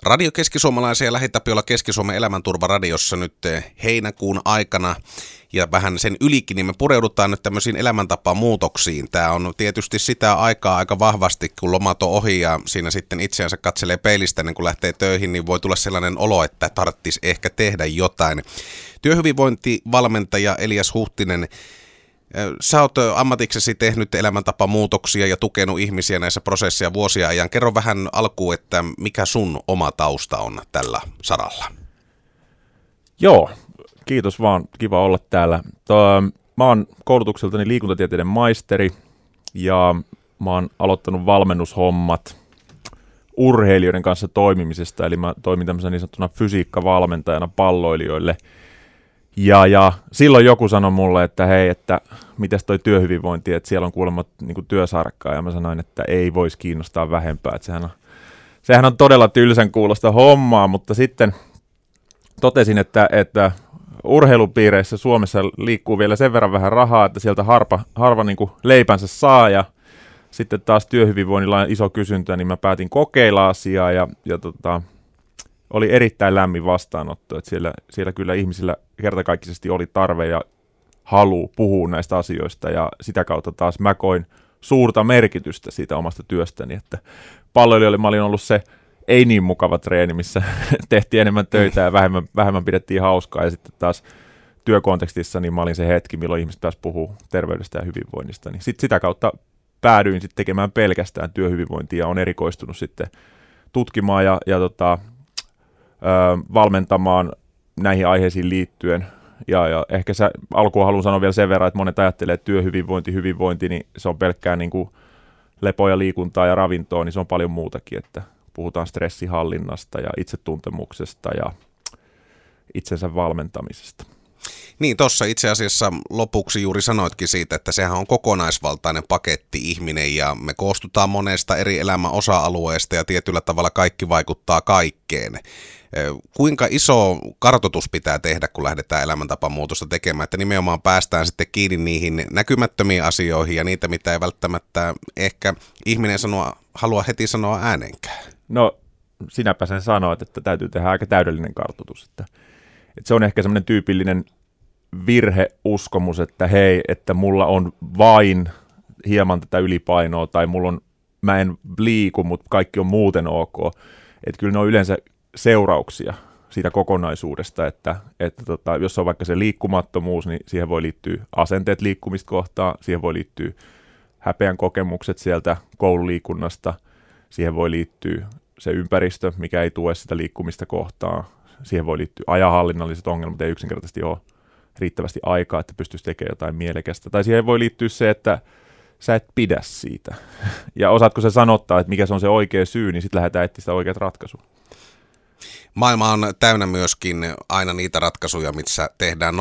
Radio Keski-Suomalaisia ja Lähi-Tapiola Keski-Suomen elämänturvaradiossa nyt heinäkuun aikana ja vähän sen ylikin, niin me pureudutaan nyt tämmöisiin elämäntapamuutoksiin. Tämä on tietysti sitä aikaa aika vahvasti, kun lomat on ohi ja siinä sitten itseänsä katselee peilistä ennen kuin lähtee töihin, niin voi tulla sellainen olo, että tarvitsisi ehkä tehdä jotain. Työhyvinvointivalmentaja Elias Huhtinen, sä oot ammatiksesi tehnyt elämäntapamuutoksia ja tukenut ihmisiä näissä prosesseissa vuosia ajan. Kerro vähän alkuun, että mikä sun oma tausta on tällä saralla? Joo, kiitos vaan. Kiva olla täällä. Mä oon koulutukseltani liikuntatieteiden maisteri ja mä oon aloittanut valmennushommat urheilijoiden kanssa toimimisesta. Eli mä toimin tämmöisenä niin sanottuna fysiikkavalmentajana palloilijoille. Ja silloin joku sanoi mulle, että hei, että mitäs toi työhyvinvointi, että siellä on kuulemma niin työsarkkaa, ja mä sanoin, että ei voisi kiinnostaa vähempää, että sehän on todella tylsän kuulosta hommaa, mutta sitten totesin, että urheilupiireissä Suomessa liikkuu vielä sen verran vähän rahaa, että sieltä harva niin kuin leipänsä saa, ja sitten taas työhyvinvoinnilla on iso kysyntä, niin mä päätin kokeilla asiaa, ja oli erittäin lämmin vastaanotto, että siellä kyllä ihmisillä kertakaikkisesti oli tarve ja halu puhua näistä asioista, ja sitä kautta taas mä koin suurta merkitystä siitä omasta työstäni, että palloilijoille mä olin ollut se ei niin mukava treeni, missä tehtiin enemmän töitä ja vähemmän pidettiin hauskaa, ja sitten taas työkontekstissa niin mä olin se hetki, milloin ihmiset taas puhuu terveydestä ja hyvinvoinnista, niin sitten sitä kautta päädyin sitten tekemään pelkästään työhyvinvointia ja on erikoistunut sitten tutkimaan ja valmentamaan näihin aiheisiin liittyen. Ja ehkä alkuun haluan sanoa vielä sen verran, että monet ajattelee, että hyvinvointi, niin se on pelkkää niin kuin lepoa ja liikuntaa ja ravintoa, niin se on paljon muutakin, että puhutaan stressihallinnasta ja itsetuntemuksesta ja itsensä valmentamisesta. Niin, tuossa itse asiassa lopuksi juuri sanoitkin siitä, että sehän on kokonaisvaltainen paketti ihminen ja me koostutaan monesta eri elämän osa-alueesta ja tietyllä tavalla kaikki vaikuttaa kaikkeen. Kuinka iso kartoitus pitää tehdä, kun lähdetään elämäntapamuutosta tekemään, että nimenomaan päästään sitten kiinni niihin näkymättömiin asioihin ja niitä, mitä ei välttämättä ehkä ihminen halua heti sanoa äänenkään? No, sinäpä sen sanoit, että täytyy tehdä aika täydellinen kartoitus. Että se on ehkä semmoinen tyypillinen virheuskomus, että hei, että mulla on vain hieman tätä ylipainoa tai mä en liiku, mutta kaikki on muuten ok. Että kyllä ne on yleensä seurauksia siitä kokonaisuudesta, että jos on vaikka se liikkumattomuus, niin siihen voi liittyä asenteet liikkumista kohtaan, siihen voi liittyä häpeän kokemukset sieltä koululiikunnasta, siihen voi liittyä se ympäristö, mikä ei tue sitä liikkumista kohtaan, siihen voi liittyä ajanhallinnalliset ongelmat, ei yksinkertaisesti ole riittävästi aikaa, että pystyisi tekemään jotain mielekästä. Tai siihen voi liittyä se, että sä et pidä siitä. Ja osaatko sä sanottaa, että mikä se on se oikea syy, niin sitten lähdetään etsimään sitä oikeat ratkaisua. Maailma on täynnä myöskin aina niitä ratkaisuja, missä tehdään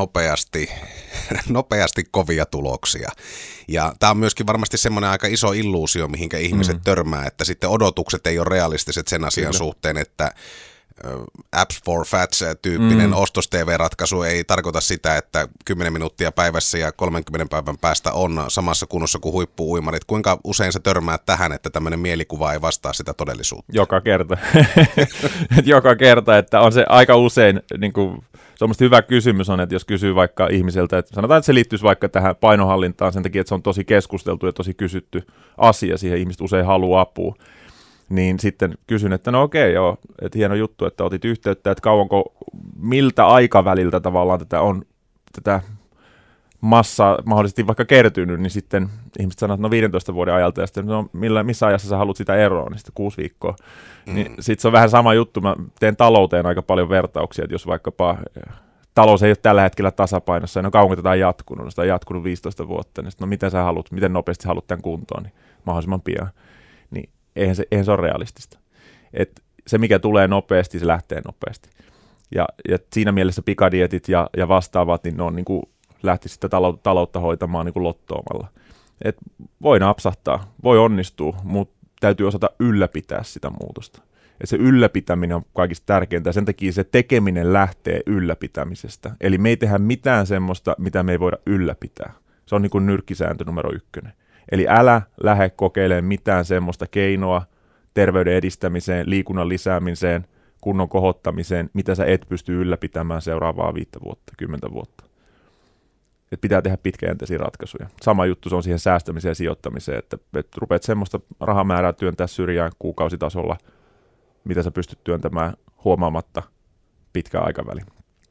nopeasti kovia tuloksia. Ja tämä on myöskin varmasti semmoinen aika iso illuusio, mihinkä ihmiset törmää, että sitten odotukset ei ole realistiset sen asian suhteen, että apps for fats-tyyppinen ostos-TV-ratkaisu ei tarkoita sitä, että 10 minuuttia päivässä ja 30 päivän päästä on samassa kunnossa kuin huippu-uimarit. Kuinka usein sä törmäät tähän, että tämmöinen mielikuva ei vastaa sitä todellisuutta? Joka kerta. Joka kerta, että on se aika usein, niin kuin, se on musta hyvä kysymys on, että jos kysyy vaikka ihmiseltä, että sanotaan, että se liittyisi vaikka tähän painohallintaan sen takia, että se on tosi keskusteltu ja tosi kysytty asia, siihen ihmiset usein haluaa apua. Niin sitten kysyn, että no okei, joo, että hieno juttu, että otit yhteyttä, että miltä aikaväliltä tavallaan tätä massaa mahdollisesti vaikka kertynyt, niin sitten ihmiset sanoo, että no 15 vuoden ajalta, ja sitten no missä ajassa sä haluat sitä eroa, niin sitten 6 viikkoa. Niin sitten se on vähän sama juttu, mä teen talouteen aika paljon vertauksia, että jos vaikkapa talous ei ole tällä hetkellä tasapainossa, ja no kauanko tätä on jatkunut, no sitä on jatkunut 15 vuotta, niin sitten no miten nopeasti haluat tämän kuntoon, niin mahdollisimman pian. Niin eihän se ole realistista. Et se, mikä tulee nopeasti, se lähtee nopeasti. Ja siinä mielessä pikadietit ja vastaavat, niin ne on niin kuin lähti sitä taloutta hoitamaan niin kuin lottoamalla. Et voi napsahtaa, voi onnistua, mutta täytyy osata ylläpitää sitä muutosta. Et se ylläpitäminen on kaikista tärkeintä, ja sen takia se tekeminen lähtee ylläpitämisestä. Eli me ei tehdä mitään semmoista, mitä me ei voida ylläpitää. Se on niin kuin nyrkkisääntö numero 1. Eli älä lähde kokeilemaan mitään semmoista keinoa terveyden edistämiseen, liikunnan lisäämiseen, kunnon kohottamiseen, mitä sä et pysty ylläpitämään seuraavaa 5 vuotta, 10 vuotta. Et pitää tehdä pitkäjänteisiä ratkaisuja. Sama juttu se on siihen säästämiseen ja sijoittamiseen, että rupeat semmoista rahamäärää työntää syrjään kuukausitasolla, mitä sä pystyt työntämään huomaamatta pitkään aikavälin.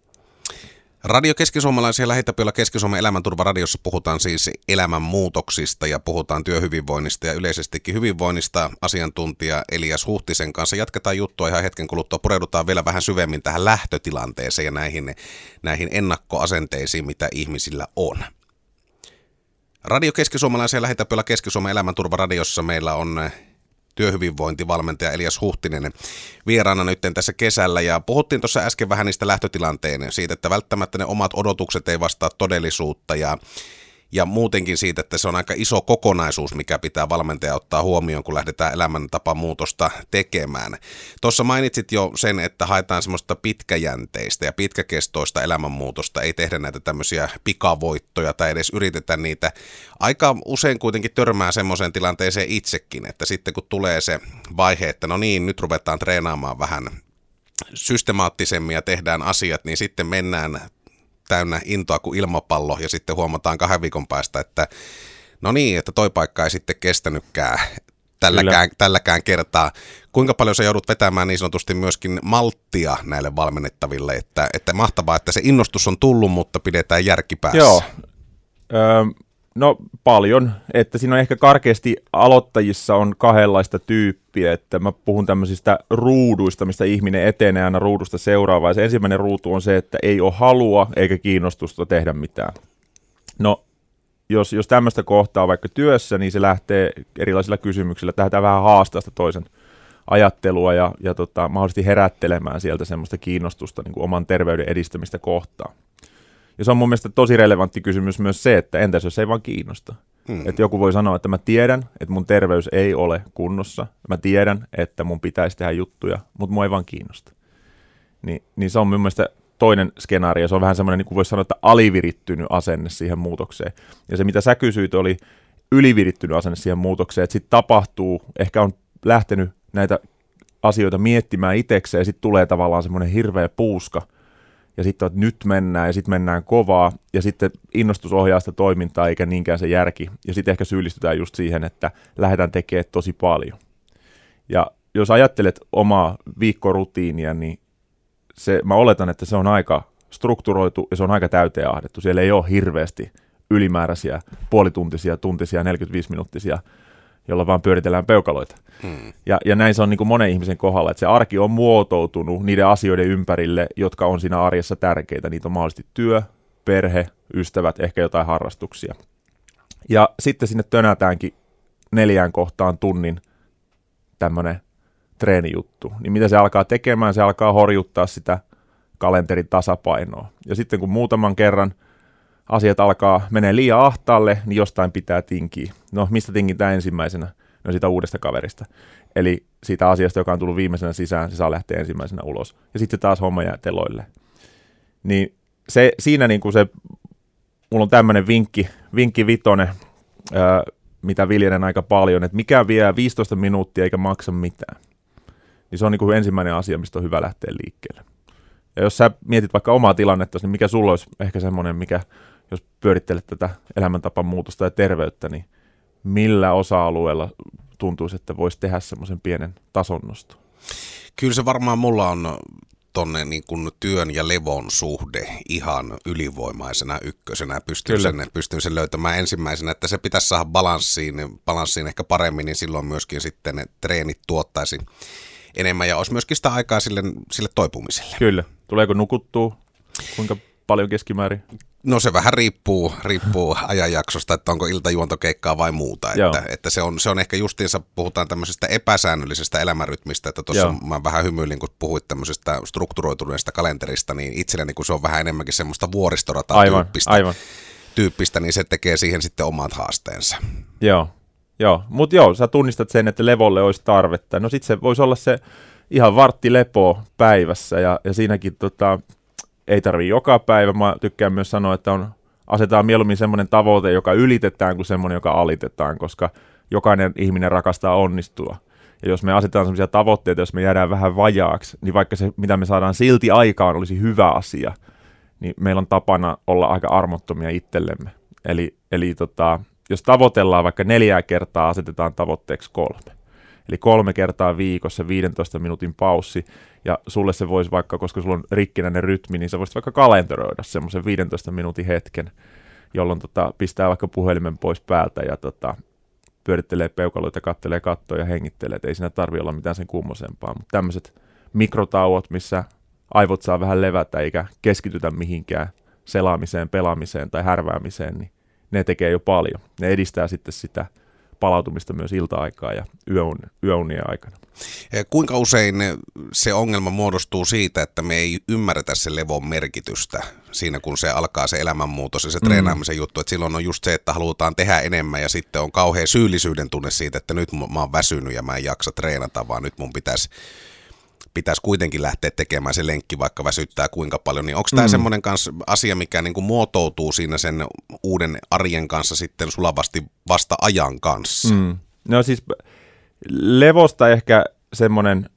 Radio Keski-Suomalaisen ja Lähitapiolla Keski-Suomen elämänturvaradiossa puhutaan siis elämänmuutoksista ja puhutaan työhyvinvoinnista ja yleisestikin hyvinvoinnista. Asiantuntija Elias Huhtisen kanssa jatketaan juttua ihan hetken kuluttua. Pureudutaan vielä vähän syvemmin tähän lähtötilanteeseen ja näihin ennakkoasenteisiin, mitä ihmisillä on. Radio Keski-Suomalaisen ja Lähitapiolla Keski-Suomen elämänturvaradiossa meillä on työhyvinvointivalmentaja Elias Huhtinen vieraana nyt tässä kesällä, ja puhuttiin tuossa äsken vähän niistä lähtötilanteen siitä, että välttämättä ne omat odotukset ei vastaa todellisuutta ja muutenkin siitä, että se on aika iso kokonaisuus, mikä pitää valmentaja ottaa huomioon, kun lähdetään elämäntapamuutosta tekemään. Tuossa mainitsit jo sen, että haetaan semmoista pitkäjänteistä ja pitkäkestoista elämänmuutosta, ei tehdä näitä tämmöisiä pikavoittoja tai edes yritetä niitä. Aika usein kuitenkin törmää semmoiseen tilanteeseen itsekin, että sitten kun tulee se vaihe, että no niin, nyt ruvetaan treenaamaan vähän systemaattisemmin ja tehdään asiat, niin sitten mennään täynnä intoa kuin ilmapallo ja sitten huomataan 2 viikon päästä, että no niin, että toi paikka ei sitten kestänytkään tälläkään kertaa. Kuinka paljon sä joudut vetämään niin sanotusti myöskin malttia näille valmennettaville, että mahtavaa, että se innostus on tullut, mutta pidetään järki päässä. Joo, no paljon, että siinä on ehkä karkeasti aloittajissa on 2 tyyppiä, että mä puhun tämmöisistä ruuduista, mistä ihminen etenee aina ruudusta seuraavaan. Ja se ensimmäinen ruutu on se, että ei ole halua eikä kiinnostusta tehdä mitään. No, jos tämmöistä kohtaa vaikka työssä, niin se lähtee erilaisilla kysymyksillä. Lähdetään vähän haastaa sitä toisen ajattelua ja mahdollisesti herättelemään sieltä semmoista kiinnostusta niin kuin oman terveyden edistämistä kohtaan. Ja se on mun mielestä tosi relevantti kysymys myös se, että entäs jos ei vaan kiinnosta. Että joku voi sanoa, että mä tiedän, että mun terveys ei ole kunnossa. Mä tiedän, että mun pitäisi tehdä juttuja, mutta mua ei vaan kiinnosta. Niin se on mun mielestä toinen skenaario. Se on vähän semmoinen, niin kuin voisi sanoa, että alivirittynyt asenne siihen muutokseen. Ja se, mitä sä kysyit, oli ylivirittynyt asenne siihen muutokseen. Että sitten tapahtuu, ehkä on lähtenyt näitä asioita miettimään itsekseen, ja sitten tulee tavallaan semmoinen hirveä puuska. Ja sitten että nyt mennään, ja sitten mennään kovaa, ja sitten innostus ohjaa sitä toimintaa, eikä niinkään se järki. Ja sitten ehkä syyllistytään just siihen, että lähdetään tekemään tosi paljon. Ja jos ajattelet omaa viikkorutiinia, niin mä oletan, että se on aika strukturoitu, ja se on aika täyteen ahdettu. Siellä ei ole hirveästi ylimääräisiä, puolituntisia, tuntisia, 45-minuuttisia, jolla vaan pyöritellään peukaloita. Ja näin se on niin kuin monen ihmisen kohdalla, että se arki on muotoutunut niiden asioiden ympärille, jotka on siinä arjessa tärkeitä. Niitä on mahdollisesti työ, perhe, ystävät, ehkä jotain harrastuksia. Ja sitten sinne tönätäänkin 4 kohtaan tunnin tämmöinen treenijuttu. Niin mitä se alkaa tekemään? Se alkaa horjuttaa sitä kalenterin tasapainoa. Ja sitten kun muutaman kerran asiat alkaa menee liian ahtaalle, niin jostain pitää tinkiä. No, mistä tingitään ensimmäisenä? No, siitä uudesta kaverista. Eli siitä asiasta, joka on tullut viimeisenä sisään, se saa lähteä ensimmäisenä ulos. Ja sitten taas homma jää teloille. Niin siinä niin kuin se, mulla on tämmöinen vinkki vitonen, mitä viljelen aika paljon, että mikä vie 15 minuuttia eikä maksa mitään. Niin se on niin kuin ensimmäinen asia, mistä on hyvä lähteä liikkeelle. Ja jos sä mietit vaikka omaa tilannetta, niin mikä sulla olisi ehkä semmoinen, mikä, jos pyörittelet tätä elämäntapan muutosta ja terveyttä, niin millä osa-alueella tuntuisi, että voisi tehdä semmoisen pienen tasonnoston? Kyllä se varmaan mulla on tonne niin kuin työn ja levon suhde ihan ylivoimaisena ykkösenä. Pystyn sen löytämään ensimmäisenä, että se pitäisi saada balanssiin ehkä paremmin, niin silloin myöskin sitten ne treenit tuottaisi enemmän ja olisi myöskin sitä aikaa sille toipumiselle. Kyllä. Tuleeko nukuttua? Kuinka paljon keskimäärin? No se vähän riippuu ajanjaksosta, että onko iltajuontokeikkaa vai muuta. Että se on ehkä justiinsa, puhutaan tämmöisestä epäsäännöllisestä elämänrytmistä, että tuossa mä vähän hymyilin, kun puhuit tämmöisestä strukturoituneesta kalenterista, niin itselleni kun se on vähän enemmänkin semmoista vuoristorata-tyyppistä, niin se tekee siihen sitten omat haasteensa. Joo, mutta sä tunnistat sen, että levolle olisi tarvetta. No sit se voisi olla se ihan vartti lepoa päivässä ja siinäkin ei tarvitse joka päivä. Mä tykkään myös sanoa, että asetetaan mieluummin semmoinen tavoite, joka ylitetään kuin semmoinen, joka alitetaan, koska jokainen ihminen rakastaa onnistua. Ja jos me asetetaan sellaisia tavoitteita, jos me jäädään vähän vajaaksi, niin vaikka se, mitä me saadaan silti aikaan, olisi hyvä asia, niin meillä on tapana olla aika armottomia itsellemme. Eli jos tavoitellaan vaikka 4 kertaa, asetetaan tavoitteeksi 3. Eli 3 kertaa viikossa 15 minuutin paussi, ja sulle se voisi vaikka, koska sulla on rikkinäinen rytmi, niin sä voisit vaikka kalenteroida semmoisen 15 minuutin hetken, jolloin pistää vaikka puhelimen pois päältä ja pyörittelee peukaloita, kattelee kattoa ja hengittelee, että ei siinä tarvitse olla mitään sen kummosempaa, mutta tämmöiset mikrotauot, missä aivot saa vähän levätä eikä keskitytä mihinkään selaamiseen, pelaamiseen tai härväämiseen, niin ne tekee jo paljon. Ne edistää sitten sitä palautumista myös ilta-aikaa ja yöunien aikana. Kuinka usein se ongelma muodostuu siitä, että me ei ymmärretä sen levon merkitystä siinä, kun se alkaa se elämänmuutos ja se treenaamisen juttu, että silloin on just se, että halutaan tehdä enemmän ja sitten on kauhean syyllisyyden tunne siitä, että nyt mä oon väsynyt ja mä en jaksa treenata, vaan nyt mun pitäisi kuitenkin lähteä tekemään se lenkki, vaikka väsyttää kuinka paljon, niin onko tämä semmoinen asia, mikä niin kuin muotoutuu siinä sen uuden arjen kanssa sitten sulavasti vasta ajan kanssa? No siis levosta ehkä semmoinen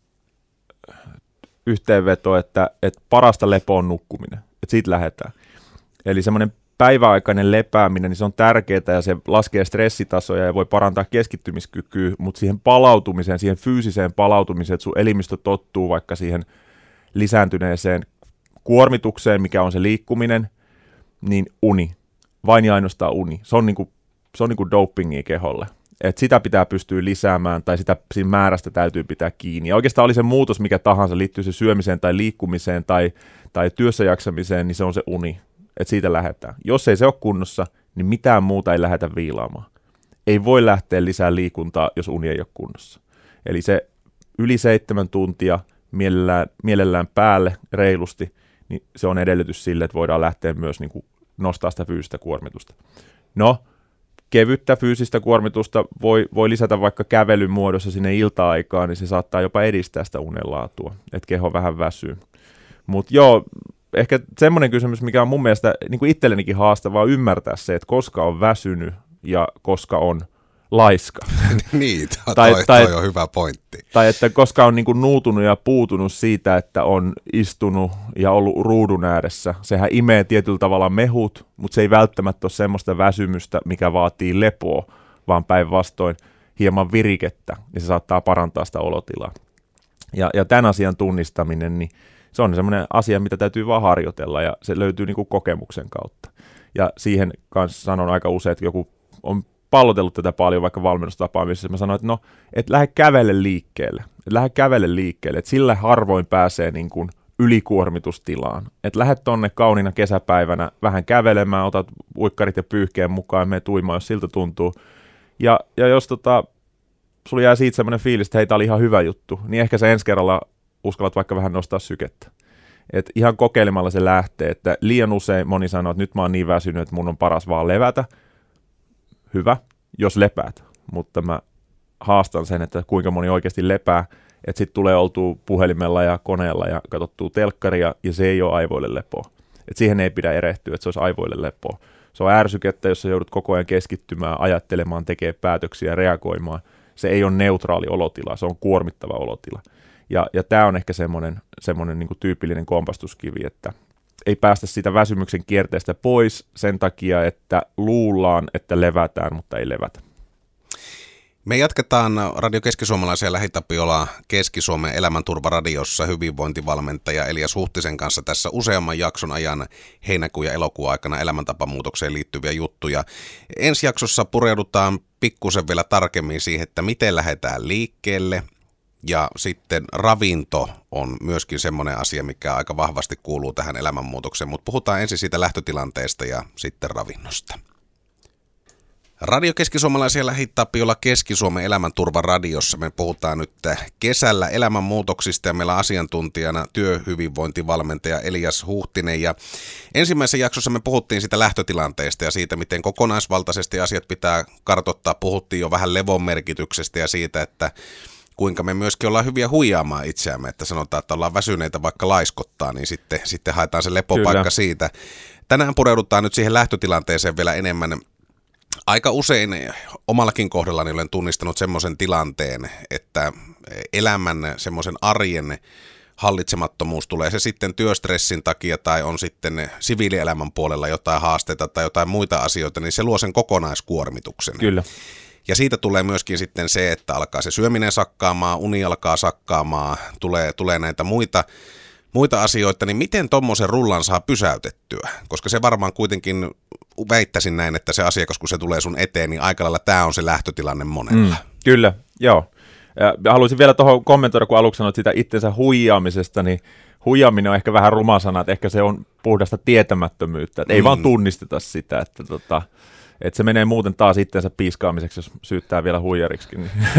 yhteenveto, että parasta lepo on nukkuminen, että siitä lähdetään. Eli semmoinen päiväaikainen lepääminen, niin se on tärkeää ja se laskee stressitasoja ja voi parantaa keskittymiskykyä, mutta siihen palautumiseen, siihen fyysiseen palautumiseen, että sun elimistö tottuu vaikka siihen lisääntyneeseen kuormitukseen, mikä on se liikkuminen, niin uni, vain ja ainoastaan uni. Se on niinku dopingia keholle. Et sitä pitää pystyä lisäämään tai siinä määrästä täytyy pitää kiinni. Ja oikeastaan oli se muutos mikä tahansa, liittyy se syömiseen tai liikkumiseen tai työssäjaksamiseen, niin se on se uni. Että siitä lähdetään. Jos ei se ole kunnossa, niin mitään muuta ei lähdetä viilaamaan. Ei voi lähteä lisää liikuntaa, jos uni ei ole kunnossa. Eli se yli 7 tuntia mielellään päälle reilusti, niin se on edellytys sille, että voidaan lähteä myös niin kuin nostaa sitä fyysistä kuormitusta. No, kevyttä fyysistä kuormitusta voi lisätä vaikka kävelyn muodossa sinne ilta-aikaan, niin se saattaa jopa edistää sitä unenlaatua, että keho vähän väsyy. Mutta joo, ehkä semmoinen kysymys, mikä on mun mielestä niin kuin itsellenikin haastavaa ymmärtää se, että koska on väsynyt ja koska on laiska. Niin, toi on hyvä pointti. Tai että koska on niin kuin nuutunut ja puutunut siitä, että on istunut ja ollut ruudun ääressä. Sehän imee tietyllä tavalla mehut, mutta se ei välttämättä ole semmoista väsymystä, mikä vaatii lepoa, vaan päinvastoin hieman virikettä, ja se saattaa parantaa sitä olotilaa. Ja tämän asian tunnistaminen, niin se on semmoinen asia, mitä täytyy vaan harjoitella, ja se löytyy niin kuin kokemuksen kautta. Ja siihen kanssa sanon aika usein, että joku on pallotellut tätä paljon vaikka valmennustapaamisessa. Mä sanoin, että no, et lähde kävele liikkeelle. Että sillä harvoin pääsee niin kuin ylikuormitustilaan. Että lähde tonne kauniina kesäpäivänä vähän kävelemään, otat uikkarit ja pyyhkeen mukaan, mene tuimaan, jos siltä tuntuu. Ja jos sulla jää siitä semmoinen fiilis, että hei, tää oli ihan hyvä juttu, niin ehkä sä ensi kerralla uskallat vaikka vähän nostaa sykettä. Et ihan kokeilemalla se lähtee, että liian usein moni sanoo, että nyt mä oon niin väsynyt, että mun on paras vaan levätä. Hyvä, jos lepäät, mutta mä haastan sen, että kuinka moni oikeasti lepää, että sitten tulee oltua puhelimella ja koneella ja katsottua telkkaria, ja se ei ole aivoille lepoa. Et siihen ei pidä erehtyä, että se olisi aivoille lepoa. Se on ärsykettä, jos sä joudut koko ajan keskittymään, ajattelemaan, tekemään päätöksiä ja reagoimaan. Se ei ole neutraali olotila, se on kuormittava olotila. Ja tämä on ehkä semmoinen niin kuin tyypillinen kompastuskivi, että ei päästä siitä väsymyksen kierteestä pois sen takia, että luullaan, että levätään, mutta ei levätä. Me jatketaan Radio Keski-Suomalaisia Lähitapiola Keski-Suomen elämänturvaradiossa hyvinvointivalmentaja Elias Huhtisen kanssa tässä useamman jakson ajan heinäkuun ja elokuun aikana elämäntapamuutokseen liittyviä juttuja. Ensi jaksossa pureudutaan pikkusen vielä tarkemmin siihen, että miten lähdetään liikkeelle. Ja sitten ravinto on myöskin semmoinen asia, mikä aika vahvasti kuuluu tähän elämänmuutokseen, mutta puhutaan ensin siitä lähtötilanteesta ja sitten ravinnosta. Radio Keski-Suomalaisia Lähitapiola Keski-Suomen elämänturvaradiossa. Me puhutaan nyt kesällä elämänmuutoksista ja meillä on asiantuntijana työhyvinvointivalmentaja Elias Huhtinen. Ja ensimmäisessä jaksossa me puhuttiin siitä lähtötilanteesta ja siitä, miten kokonaisvaltaisesti asiat pitää kartoittaa. Puhuttiin jo vähän levon merkityksestä ja siitä, että kuinka me myöskin ollaan hyviä huijaamaan itseämme, että sanotaan, että ollaan väsyneitä vaikka laiskottaa, niin sitten haetaan se lepopaikka siitä. Tänään pureudutaan nyt siihen lähtötilanteeseen vielä enemmän. Aika usein omallakin kohdallani olen tunnistanut semmoisen tilanteen, että elämän semmoisen arjen hallitsemattomuus tulee se sitten työstressin takia tai on sitten siviilielämän puolella jotain haasteita tai jotain muita asioita, niin se luo sen kokonaiskuormituksen. Kyllä. Ja siitä tulee myöskin sitten se, että alkaa se syöminen sakkaamaan, uni alkaa sakkaamaan, tulee näitä muita asioita, niin miten tommosen rullan saa pysäytettyä? Koska se varmaan kuitenkin, väittäisin näin, että se asiakas, kun se tulee sun eteen, niin aika lailla tämä on se lähtötilanne monella. Kyllä, joo. Ja haluaisin vielä tuohon kommentoida, kun aluksi sanoit sitä itsensä huijaamisesta, niin huijaaminen on ehkä vähän ruma sana, että ehkä se on puhdasta tietämättömyyttä, että ei vaan tunnisteta sitä, että se menee muuten taas itsensä piiskaamiseksi, jos syyttää vielä huijariksi,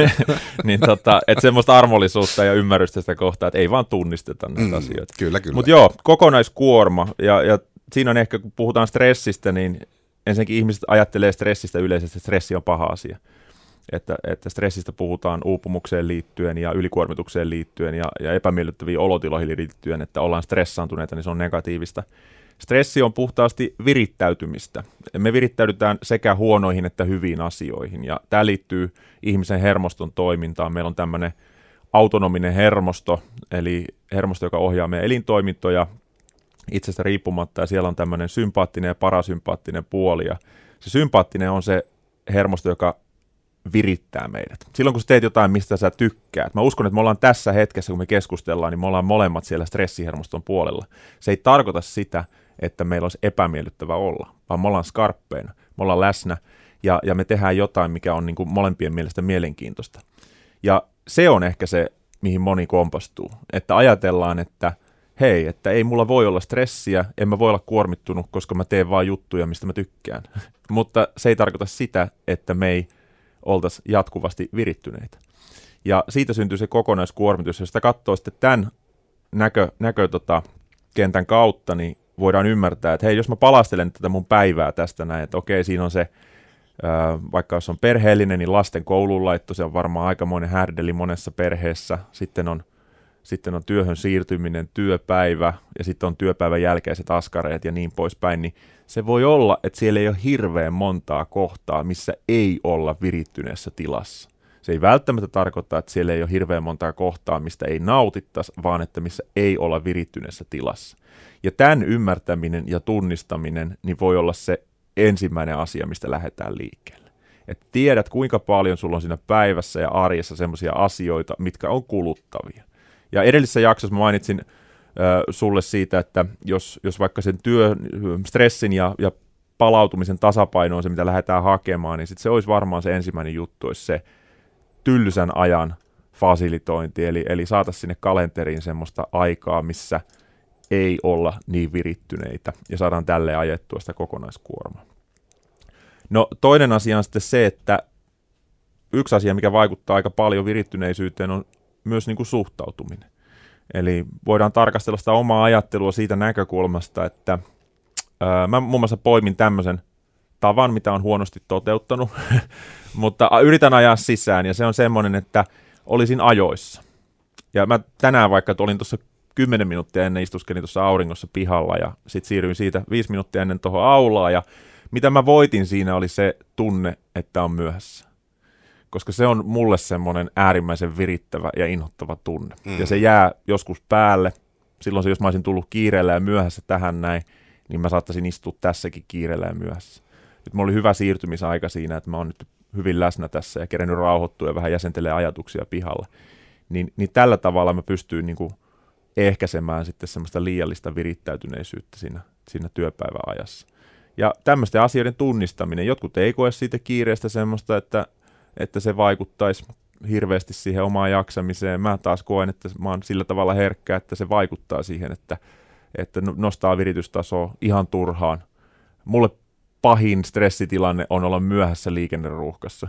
että semmoista armollisuutta ja ymmärrystä sitä kohtaa, että ei vaan tunnisteta näitä asioita. Kyllä. Mutta joo, kokonaiskuorma, ja siinä on ehkä, kun puhutaan stressistä, niin ensinnäkin ihmiset ajattelee stressistä yleisesti, että stressi on paha asia. Että stressistä puhutaan uupumukseen liittyen ja ylikuormitukseen liittyen ja epämiellyttäviin olotiloihin liittyen, että ollaan stressaantuneita, niin se on negatiivista. Stressi on puhtaasti virittäytymistä. Me virittäydytään sekä huonoihin että hyviin asioihin, ja tämä liittyy ihmisen hermoston toimintaan. Meillä on tämmöinen autonominen hermosto, eli hermosto, joka ohjaa meidän elintoimintoja itsestä riippumatta, ja siellä on tämmöinen sympaattinen ja parasympaattinen puoli, ja se sympaattinen on se hermosto, joka virittää meidät. Silloin kun sä teet jotain, mistä sä tykkäät. Mä uskon, että me ollaan tässä hetkessä, kun me keskustellaan, niin me ollaan molemmat siellä stressihermoston puolella. Se ei tarkoita sitä, että meillä olisi epämiellyttävä olla, vaan me ollaan skarppeina, me ollaan läsnä ja me tehdään jotain, mikä on niin kuin molempien mielestä mielenkiintoista. Ja se on ehkä se, mihin moni kompastuu, että ajatellaan, että hei, että ei mulla voi olla stressiä, en mä voi olla kuormittunut, koska mä teen vaan juttuja, mistä mä tykkään. Mutta se ei tarkoita sitä, että me ei oltaisiin jatkuvasti virittyneitä. Ja siitä syntyy se kokonaiskuormitus. Jos sitä katsoo sitten tämän kentän kautta, niin voidaan ymmärtää, että hei, jos mä palastelen tätä mun päivää tästä näin, että okei, siinä on se, vaikka jos on perheellinen, niin lasten koulunlaitto, se on varmaan aikamoinen härdeli monessa perheessä. Sitten on työhön siirtyminen, työpäivä, ja sitten on työpäivän jälkeiset askareet ja niin poispäin, niin se voi olla, että siellä ei ole hirveän montaa kohtaa, missä ei olla virittyneessä tilassa. Se ei välttämättä tarkoita, että siellä ei ole hirveän montaa kohtaa, mistä ei nautittaisi, vaan että missä ei olla virittyneessä tilassa. Ja tämän ymmärtäminen ja tunnistaminen niin voi olla se ensimmäinen asia, mistä lähdetään liikkeelle. Että tiedät, kuinka paljon sulla on siinä päivässä ja arjessa sellaisia asioita, mitkä on kuluttavia. Ja edellisessä jaksossa mä mainitsin sulle siitä, että jos vaikka sen stressin ja palautumisen tasapaino on se, mitä lähdetään hakemaan, niin sit se olisi varmaan se ensimmäinen juttu, olisi se tylsän ajan fasilitointi, eli saataisiin sinne kalenteriin semmoista aikaa, missä ei olla niin virittyneitä, ja saadaan tälleen ajettua sitä kokonaiskuormaa. No toinen asia on sitten se, että yksi asia, mikä vaikuttaa aika paljon virittyneisyyteen, on myös niin kuin suhtautuminen. Eli voidaan tarkastella sitä omaa ajattelua siitä näkökulmasta, että mä muun muassa poimin tämmöisen tavan, mitä on huonosti toteuttanut, mutta yritän ajaa sisään, ja se on semmoinen, että olisin ajoissa. Ja mä tänään vaikka olin tuossa 10 minuuttia ennen istuskelin tuossa auringossa pihalla, ja sitten siirryin siitä 5 minuuttia ennen tuohon aulaan, ja mitä mä voitin siinä oli se tunne, että on myöhässä. Koska se on mulle semmoinen äärimmäisen virittävä ja inhottava tunne. Ja se jää joskus päälle. Silloin jos mä olisin tullut kiireellä ja myöhässä tähän näin, niin mä saattaisin istua tässäkin kiireellä ja myöhässä. Nyt mulla oli hyvä siirtymisaika siinä, että mä oon nyt hyvin läsnä tässä ja kerennyt rauhoittua ja vähän jäsentelee ajatuksia pihalla. Niin tällä tavalla mä pystyin niin kuin ehkäisemään sitten semmoista liiallista virittäytyneisyyttä siinä työpäivän ajassa. Ja tämmöisten asioiden tunnistaminen. Jotkut ei koe siitä kiireestä semmoista, että se vaikuttaisi hirveästi siihen omaan jaksamiseen. Mä taas koen, että mä oon sillä tavalla herkkä, että se vaikuttaa siihen, että nostaa viritystasoa ihan turhaan. Mulle pahin stressitilanne on olla myöhässä liikenneruuhkassa.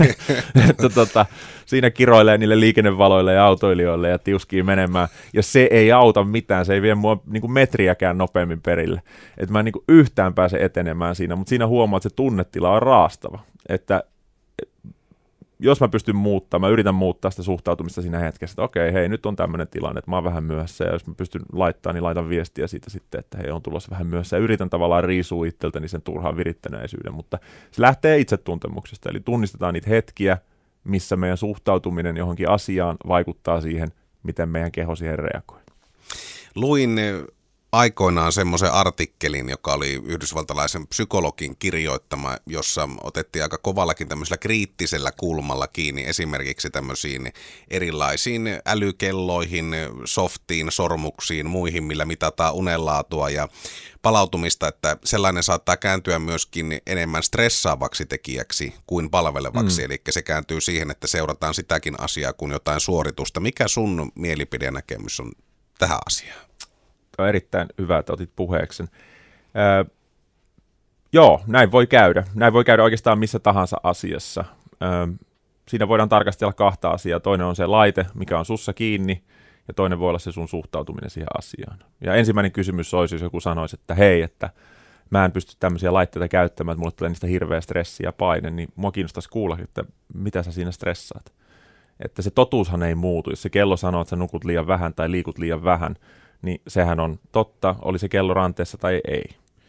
Siinä kiroilee niille liikennevaloille ja autoilijoille ja tiuskii menemään. Ja se ei auta mitään, se ei vie mua niin kuin metriäkään nopeammin perille. Että mä en niin kuin yhtään pääse etenemään siinä, mutta siinä huomaa, että se tunnetila on raastava. Että jos mä pystyn muuttamaan, mä yritän muuttaa sitä suhtautumista siinä hetkessä, että okei, hei, nyt on tämmöinen tilanne, että mä oon vähän myöhässä, ja jos mä pystyn laittamaan, niin laitan viestiä siitä sitten, että hei, on tulossa vähän myöhässä, ja yritän tavallaan riisua itseltäni sen turhaan virittäneisyyden, mutta se lähtee itsetuntemuksesta, eli tunnistetaan niitä hetkiä, missä meidän suhtautuminen johonkin asiaan vaikuttaa siihen, miten meidän keho siihen reagoi. Luin aikoinaan semmoisen artikkelin, joka oli yhdysvaltalaisen psykologin kirjoittama, jossa otettiin aika kovallakin tämmöisellä kriittisellä kulmalla kiinni esimerkiksi tämmöisiin erilaisiin älykelloihin, softiin, sormuksiin, muihin, millä mitataan unenlaatua ja palautumista, että sellainen saattaa kääntyä myöskin enemmän stressaavaksi tekijäksi kuin palvelevaksi, eli se kääntyy siihen, että seurataan sitäkin asiaa kuin jotain suoritusta. Mikä sun mielipide ja näkemys on tähän asiaan? On erittäin hyvä, että otit puheeksi sen. Joo, näin voi käydä. Näin voi käydä oikeastaan missä tahansa asiassa. Siinä voidaan tarkastella kahta asiaa. Toinen on se laite, mikä on sussa kiinni, ja toinen voi olla se sun suhtautuminen siihen asiaan. Ja ensimmäinen kysymys olisi, jos joku sanoisi, että hei, että mä en pysty tämmöisiä laitteita käyttämään, että mulle tulee niistä hirveä stressi ja paine, niin mua kiinnostaisi kuulla, että mitä sä siinä stressaat. Että se totuushan ei muutu. Jos se kello sanoo, että sä nukut liian vähän tai liikut liian vähän, niin sehän on totta, oli se kello ranteessa tai ei.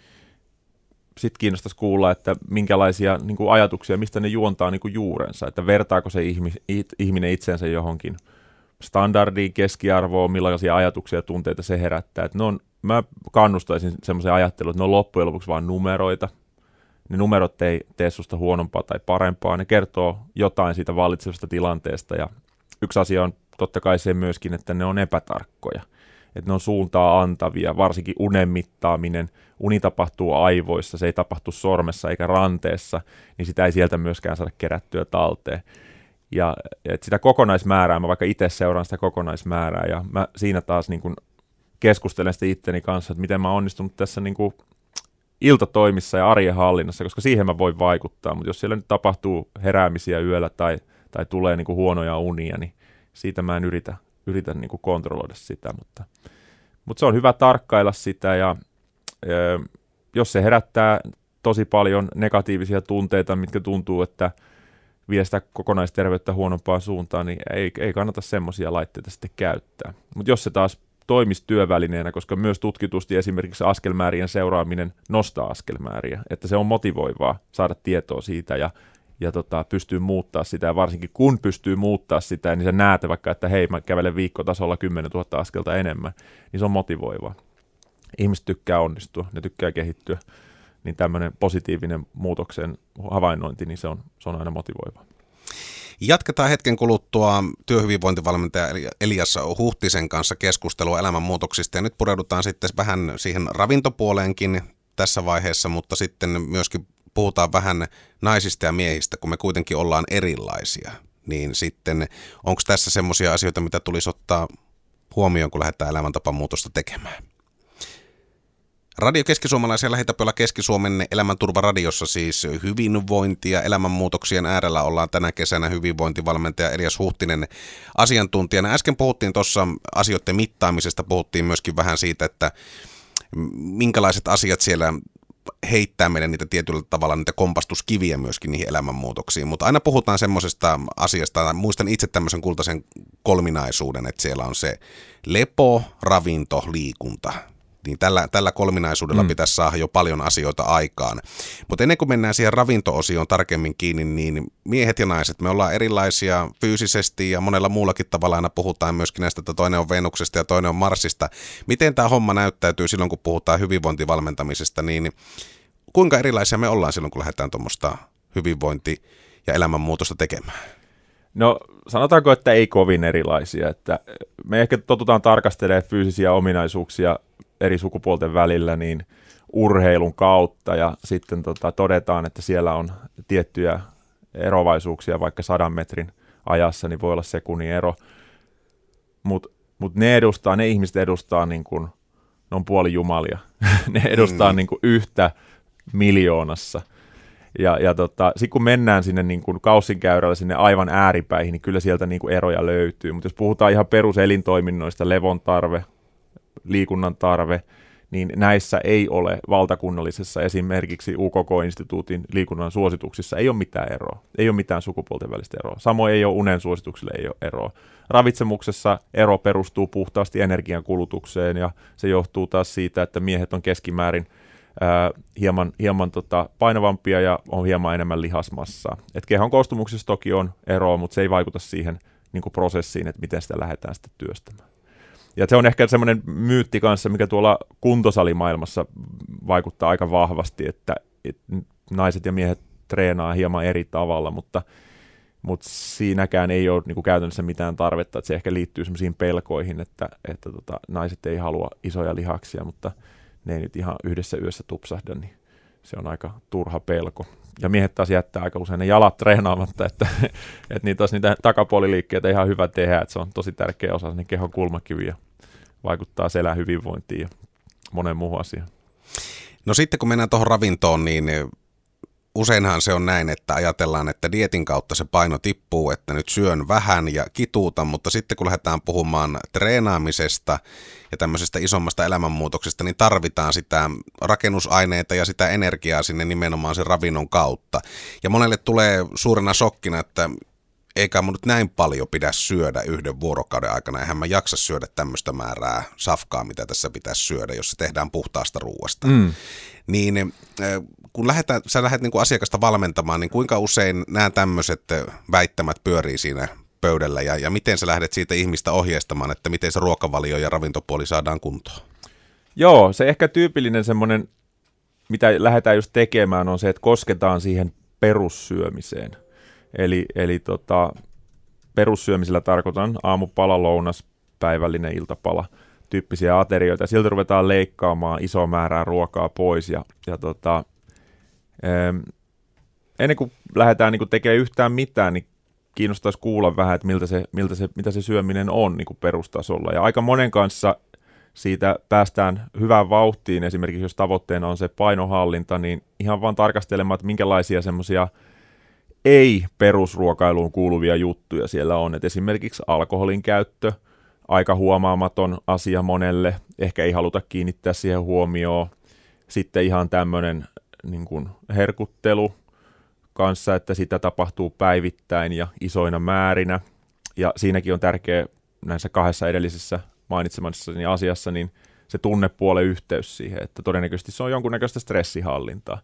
Sitten kiinnostaisi kuulla, että minkälaisia niin kuin ajatuksia, mistä ne juontaa niin kuin juurensa, että vertaako se ihminen itseensä johonkin standardiin, keskiarvoon, millaisia ajatuksia ja tunteita se herättää. Että mä kannustaisin semmoiseen ajatteluun, että ne on loppujen lopuksi vain numeroita. Ne numerot ei tee susta huonompaa tai parempaa, ne kertoo jotain siitä vallitsevasta tilanteesta, ja yksi asia on totta kai se myöskin, että ne on epätarkkoja. Että ne on suuntaa antavia, varsinkin unen mittaaminen. Uni tapahtuu aivoissa, se ei tapahtu sormessa eikä ranteessa, niin sitä ei sieltä myöskään saada kerättyä talteen. Ja sitä kokonaismäärää, mä vaikka itse seuraan sitä kokonaismäärää, ja mä siinä taas niin kun keskustelen sitten itteni kanssa, että miten mä oon onnistunut tässä niin kun iltatoimissa ja arjen hallinnassa, koska siihen mä voin vaikuttaa, mutta jos siellä nyt tapahtuu heräämisiä yöllä tai tulee niin kun huonoja unia, niin siitä mä en yritä niin kuin kontrolloida sitä, mutta se on hyvä tarkkailla sitä, ja jos se herättää tosi paljon negatiivisia tunteita, mitkä tuntuu, että vie sitä kokonaisterveyttä huonompaan suuntaan, niin ei kannata semmoisia laitteita sitten käyttää. Mutta jos se taas toimisi työvälineenä, koska myös tutkitusti esimerkiksi askelmäärien seuraaminen nostaa askelmääriä, että se on motivoivaa saada tietoa siitä ja pystyy muuttaa sitä, ja varsinkin kun pystyy muuttaa sitä, niin sä näet vaikka, että hei, mä kävelen viikkotasolla 10 000 askelta enemmän, niin se on motivoivaa. Ihmiset tykkää onnistua, ne tykkää kehittyä, niin tämmöinen positiivinen muutoksen havainnointi, niin se on aina motivoivaa. Jatketaan hetken kuluttua työhyvinvointivalmentaja Elias Huhtisen kanssa keskustelua elämänmuutoksista, ja nyt pureudutaan sitten vähän siihen ravintopuoleenkin tässä vaiheessa, mutta sitten myöskin puhutaan vähän naisista ja miehistä, kun me kuitenkin ollaan erilaisia, niin sitten onko tässä semmoisia asioita, mitä tulisi ottaa huomioon, kun lähdetään elämäntapamuutosta tekemään? Radio Keski-Suomalaisen lähitäpöllä Keski-Suomen elämänturvaradiossa siis hyvinvointi- ja elämänmuutoksien äärellä ollaan tänä kesänä hyvinvointivalmentaja Elias Huhtinen asiantuntijana. Äsken puhuttiin tuossa asioiden mittaamisesta, puhuttiin myöskin vähän siitä, että minkälaiset asiat siellä heittää meidän niitä tietyllä tavalla niitä kompastuskiviä myöskin niihin elämänmuutoksiin, mutta aina puhutaan semmoisesta asiasta, muistan itse tämmöisen kultaisen kolminaisuuden, että siellä on se lepo, ravinto, liikunta. Niin tällä kolminaisuudella pitäisi saada jo paljon asioita aikaan. Mutta ennen kuin mennään siihen ravinto-osioon tarkemmin kiinni, niin miehet ja naiset, me ollaan erilaisia fyysisesti ja monella muullakin tavalla aina puhutaan myöskin näistä, että toinen on Venuksesta ja toinen on Marsista. Miten tämä homma näyttäytyy silloin, kun puhutaan hyvinvointivalmentamisesta, niin kuinka erilaisia me ollaan silloin, kun lähdetään tuommoista hyvinvointi- ja elämänmuutosta tekemään? No sanotaanko, että ei kovin erilaisia. Että me ehkä totutaan tarkastelemaan fyysisiä ominaisuuksia eri sukupuolten välillä niin urheilun kautta, ja sitten todetaan, että siellä on tiettyjä eroavaisuuksia vaikka 100 metrin ajassa, niin voi olla sekunnin ero. Mut ne ihmiset edustaa niin kuin, ne on puolijumalia. Ne edustaa niin kuin yhtä miljoonassa. Ja sitten kun mennään sinne niin kuin kaussinkäyrällä sinne aivan ääripäihin, niin kyllä sieltä niin kuin eroja löytyy. Mutta jos puhutaan ihan peruselintoiminnoista, levon tarve, liikunnan tarve, niin näissä ei ole valtakunnallisessa esimerkiksi UKK-instituutin liikunnan suosituksissa ei ole mitään eroa. Ei ole mitään sukupuolten välistä eroa. Samoin ei ole unen suosituksille ei ole eroa. Ravitsemuksessa ero perustuu puhtaasti energiankulutukseen ja se johtuu taas siitä, että miehet on keskimäärin hieman painavampia ja on hieman enemmän lihasmassaa. Et kehon koostumuksessa toki on eroa, mutta se ei vaikuta siihen niin kuin prosessiin, että miten sitä lähdetään sitten työstämään. Ja se on ehkä semmoinen myytti kanssa, mikä tuolla kuntosalimaailmassa vaikuttaa aika vahvasti, että naiset ja miehet treenaa hieman eri tavalla, mutta siinäkään ei ole niin kuin käytännössä mitään tarvetta, että se ehkä liittyy semmoisiin pelkoihin, että naiset ei halua isoja lihaksia, mutta ne ei nyt ihan yhdessä yössä tupsahda, niin se on aika turha pelko. Ja miehet taas jättää aika usein ne jalat treenaamatta, että niitä takapuoliliikkeitä ihan hyvä tehdä, että se on tosi tärkeä osa sen kehon kulmakiviä ja vaikuttaa selän hyvinvointiin ja monen muuhun asiaan. No sitten kun mennään tuohon ravintoon, niin useinhan se on näin, että ajatellaan, että dieetin kautta se paino tippuu, että nyt syön vähän ja kituutan, mutta sitten kun lähdetään puhumaan treenaamisesta ja tämmöisestä isommasta elämänmuutoksesta, niin tarvitaan sitä rakennusaineita ja sitä energiaa sinne nimenomaan sen ravinnon kautta. Ja monelle tulee suurena shokkina, että eikä mun nyt näin paljon pidä syödä yhden vuorokauden aikana, eihän mä jaksa syödä tämmöistä määrää safkaa, mitä tässä pitäisi syödä, jos se tehdään puhtaasta ruuasta. Niin kun sä lähdet niin kuin asiakasta valmentamaan, niin kuinka usein nämä tämmöiset väittämät pyörii siinä pöydällä ja miten sä lähdet siitä ihmistä ohjeistamaan, että miten se ruokavalio ja ravintopuoli saadaan kuntoon? Joo, se ehkä tyypillinen semmoinen, mitä lähdetään just tekemään, on se, että kosketaan siihen perussyömiseen. Eli perussyömisellä tarkoitan aamupala, lounas, päivällinen, iltapala, tyyppisiä aterioita. Siltä ruvetaan leikkaamaan isoa määrää ruokaa pois. Ennen kuin lähdetään niin kuin tekemään yhtään mitään, niin kiinnostaisi kuulla vähän, että mitä se syöminen on niin kuin perustasolla. Ja aika monen kanssa siitä päästään hyvään vauhtiin. Esimerkiksi jos tavoitteena on se painonhallinta, niin ihan vaan tarkastelemaan, että minkälaisia semmoisia ei-perusruokailuun kuuluvia juttuja siellä on. Et esimerkiksi alkoholin käyttö, aika huomaamaton asia monelle, ehkä ei haluta kiinnittää siihen huomioon. Sitten ihan tämmöinen niin kuin herkuttelu kanssa, että sitä tapahtuu päivittäin ja isoina määrinä. Ja siinäkin on tärkeä näissä kahdessa edellisessä mainitsemassani asiassa, niin se tunnepuolen yhteys siihen, että todennäköisesti se on jonkunnäköistä stressihallintaa.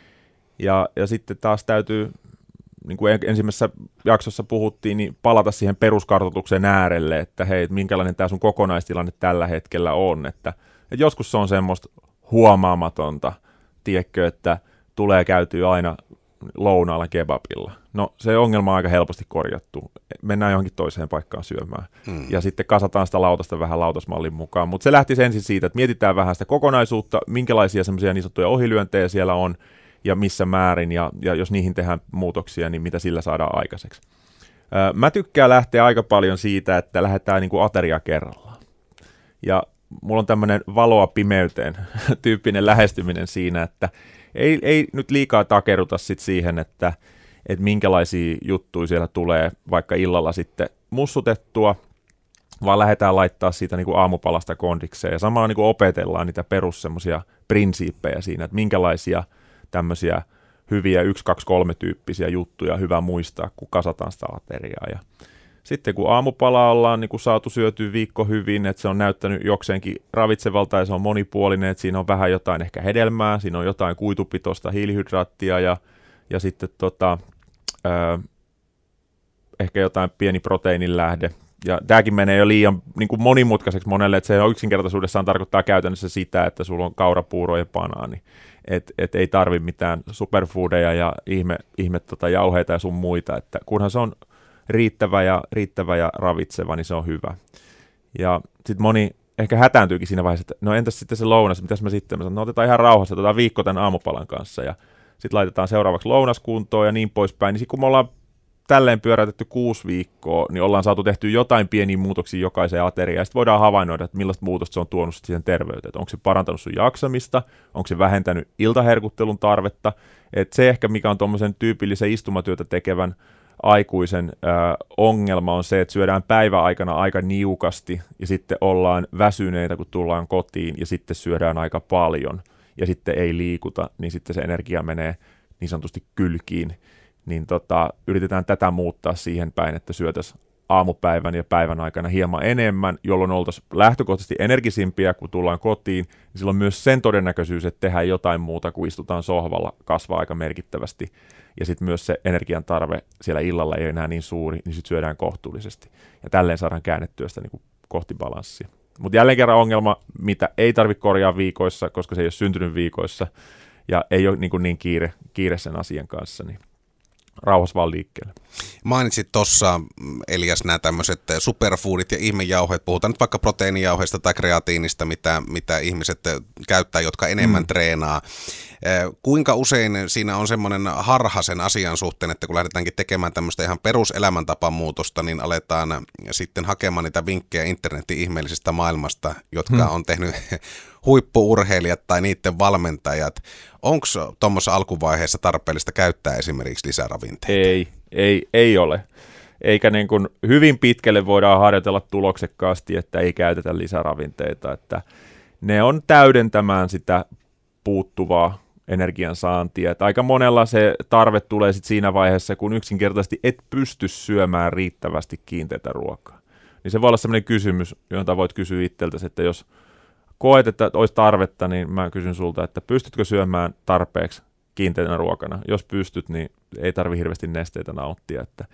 Ja sitten taas täytyy, niin kuin ensimmäisessä jaksossa puhuttiin, niin palata siihen peruskartoituksen äärelle, että hei, minkälainen tämä sun kokonaistilanne tällä hetkellä on. Että joskus se on semmoista huomaamatonta, tiedätkö, että tulee käytyä aina lounaalla kebabilla. No se ongelma on aika helposti korjattu. Mennään johonkin toiseen paikkaan syömään. Ja sitten kasataan sitä lautasta vähän lautasmallin mukaan. Mutta se lähtisi ensin siitä, että mietitään vähän sitä kokonaisuutta, minkälaisia semmoisia niin sanottuja ohilyöntejä siellä on, ja missä määrin, ja jos niihin tehdään muutoksia, niin mitä sillä saadaan aikaiseksi. Mä tykkään lähteä aika paljon siitä, että lähdetään niin kuin ateria kerrallaan. Ja mulla on tämmöinen valoa pimeyteen tyyppinen lähestyminen siinä, että ei nyt liikaa takerruta sit siihen, että minkälaisia juttuja siellä tulee vaikka illalla sitten mussutettua, vaan lähdetään laittaa siitä niin kuin aamupalasta kondikseen. Ja samalla niin kuin opetellaan niitä perus semmoisia prinsiippejä siinä, että minkälaisia tämmöisiä hyviä 1, 2, 3 tyyppisiä juttuja hyvä muistaa, kun kasataan sitä ateriaa. Ja sitten kun aamupala ollaan niin kun saatu syötyä viikko hyvin, että se on näyttänyt jokseenkin ravitsevalta ja se on monipuolinen, että siinä on vähän jotain ehkä hedelmää, siinä on jotain kuitupitoista hiilihydraattia ja sitten ehkä jotain pieni proteiinin lähde. Ja tämäkin menee jo liian niin kuin monimutkaiseksi monelle, että se yksinkertaisuudessaan tarkoittaa käytännössä sitä, että sulla on kaurapuuro ja banaani. Et ei tarvi mitään superfoodeja ja ihme jauheita ja sun muita, että kunhan se on riittävä ja ravitseva, niin se on hyvä. Ja sitten moni ehkä hätääntyykin siinä vaiheessa, että no entäs sitten se lounas, mitäs mä sitten? Mä sanon, no otetaan ihan rauhassa, otetaan viikko tämän aamupalan kanssa ja sitten laitetaan seuraavaksi lounaskuntoon ja niin poispäin. Niin sitten kun me ollaan tälleen pyöräytetty 6 viikkoa, niin ollaan saatu tehtyä jotain pieniä muutoksia jokaiseen ateriaan, ja sitten voidaan havainnoida, että millaista muutosta se on tuonut siihen terveyteen. Että onko se parantanut sun jaksamista, onko se vähentänyt iltaherkuttelun tarvetta. Että se ehkä, mikä on tuommoisen tyypillisen istumatyötä tekevän aikuisen ongelma on se, että syödään päiväaikana aika niukasti ja sitten ollaan väsyneitä, kun tullaan kotiin ja sitten syödään aika paljon ja sitten ei liikuta, niin sitten se energia menee niin sanotusti kylkiin. Niin yritetään tätä muuttaa siihen päin, että syötäisiin aamupäivän ja päivän aikana hieman enemmän, jolloin oltaisiin lähtökohtaisesti energisimpiä, kun tullaan kotiin, niin silloin myös sen todennäköisyys, että tehdään jotain muuta, kun istutaan sohvalla, kasvaa aika merkittävästi. Ja sitten myös se energian tarve siellä illalla ei enää niin suuri, niin sitten syödään kohtuullisesti. Ja tälleen saadaan käännettyä sitä niin kuin kohti balanssia. Mutta jälleen kerran ongelma, mitä ei tarvitse korjaa viikoissa, koska se ei ole syntynyt viikoissa, ja ei ole niin kiire sen asian kanssa, niin rauhassa vaan liikkeelle. Mainitsit tuossa, Elias, nämä tämmöiset superfoodit ja ihmejauheet. Puhutaan nyt vaikka proteiinijauheista tai kreatiinista, mitä ihmiset käyttää, jotka enemmän treenaa. Kuinka usein siinä on semmoinen harha sen asian suhteen, että kun lähdetäänkin tekemään tämmöistä ihan peruselämäntapamuutosta, niin aletaan sitten hakemaan niitä vinkkejä internetin ihmeellisestä maailmasta, jotka on tehnyt huippu-urheilijat tai niiden valmentajat. Onko tuommoisessa alkuvaiheessa tarpeellista käyttää esimerkiksi lisäravinteita? Ei ole. Eikä niin kuin hyvin pitkälle voidaan harjoitella tuloksekkaasti, että ei käytetä lisäravinteita. Että ne on täydentämään sitä puuttuvaa energiansaantia. Että aika monella se tarve tulee sit siinä vaiheessa, kun yksinkertaisesti et pysty syömään riittävästi kiinteätä ruokaa. Niin se voi olla sellainen kysymys, jota voit kysyä itseltäsi, että jos koet, että olisi tarvetta, niin mä kysyn sulta, että pystytkö syömään tarpeeksi kiinteänä ruokana? Jos pystyt, niin ei tarvitse hirveästi nesteitä nauttia. Että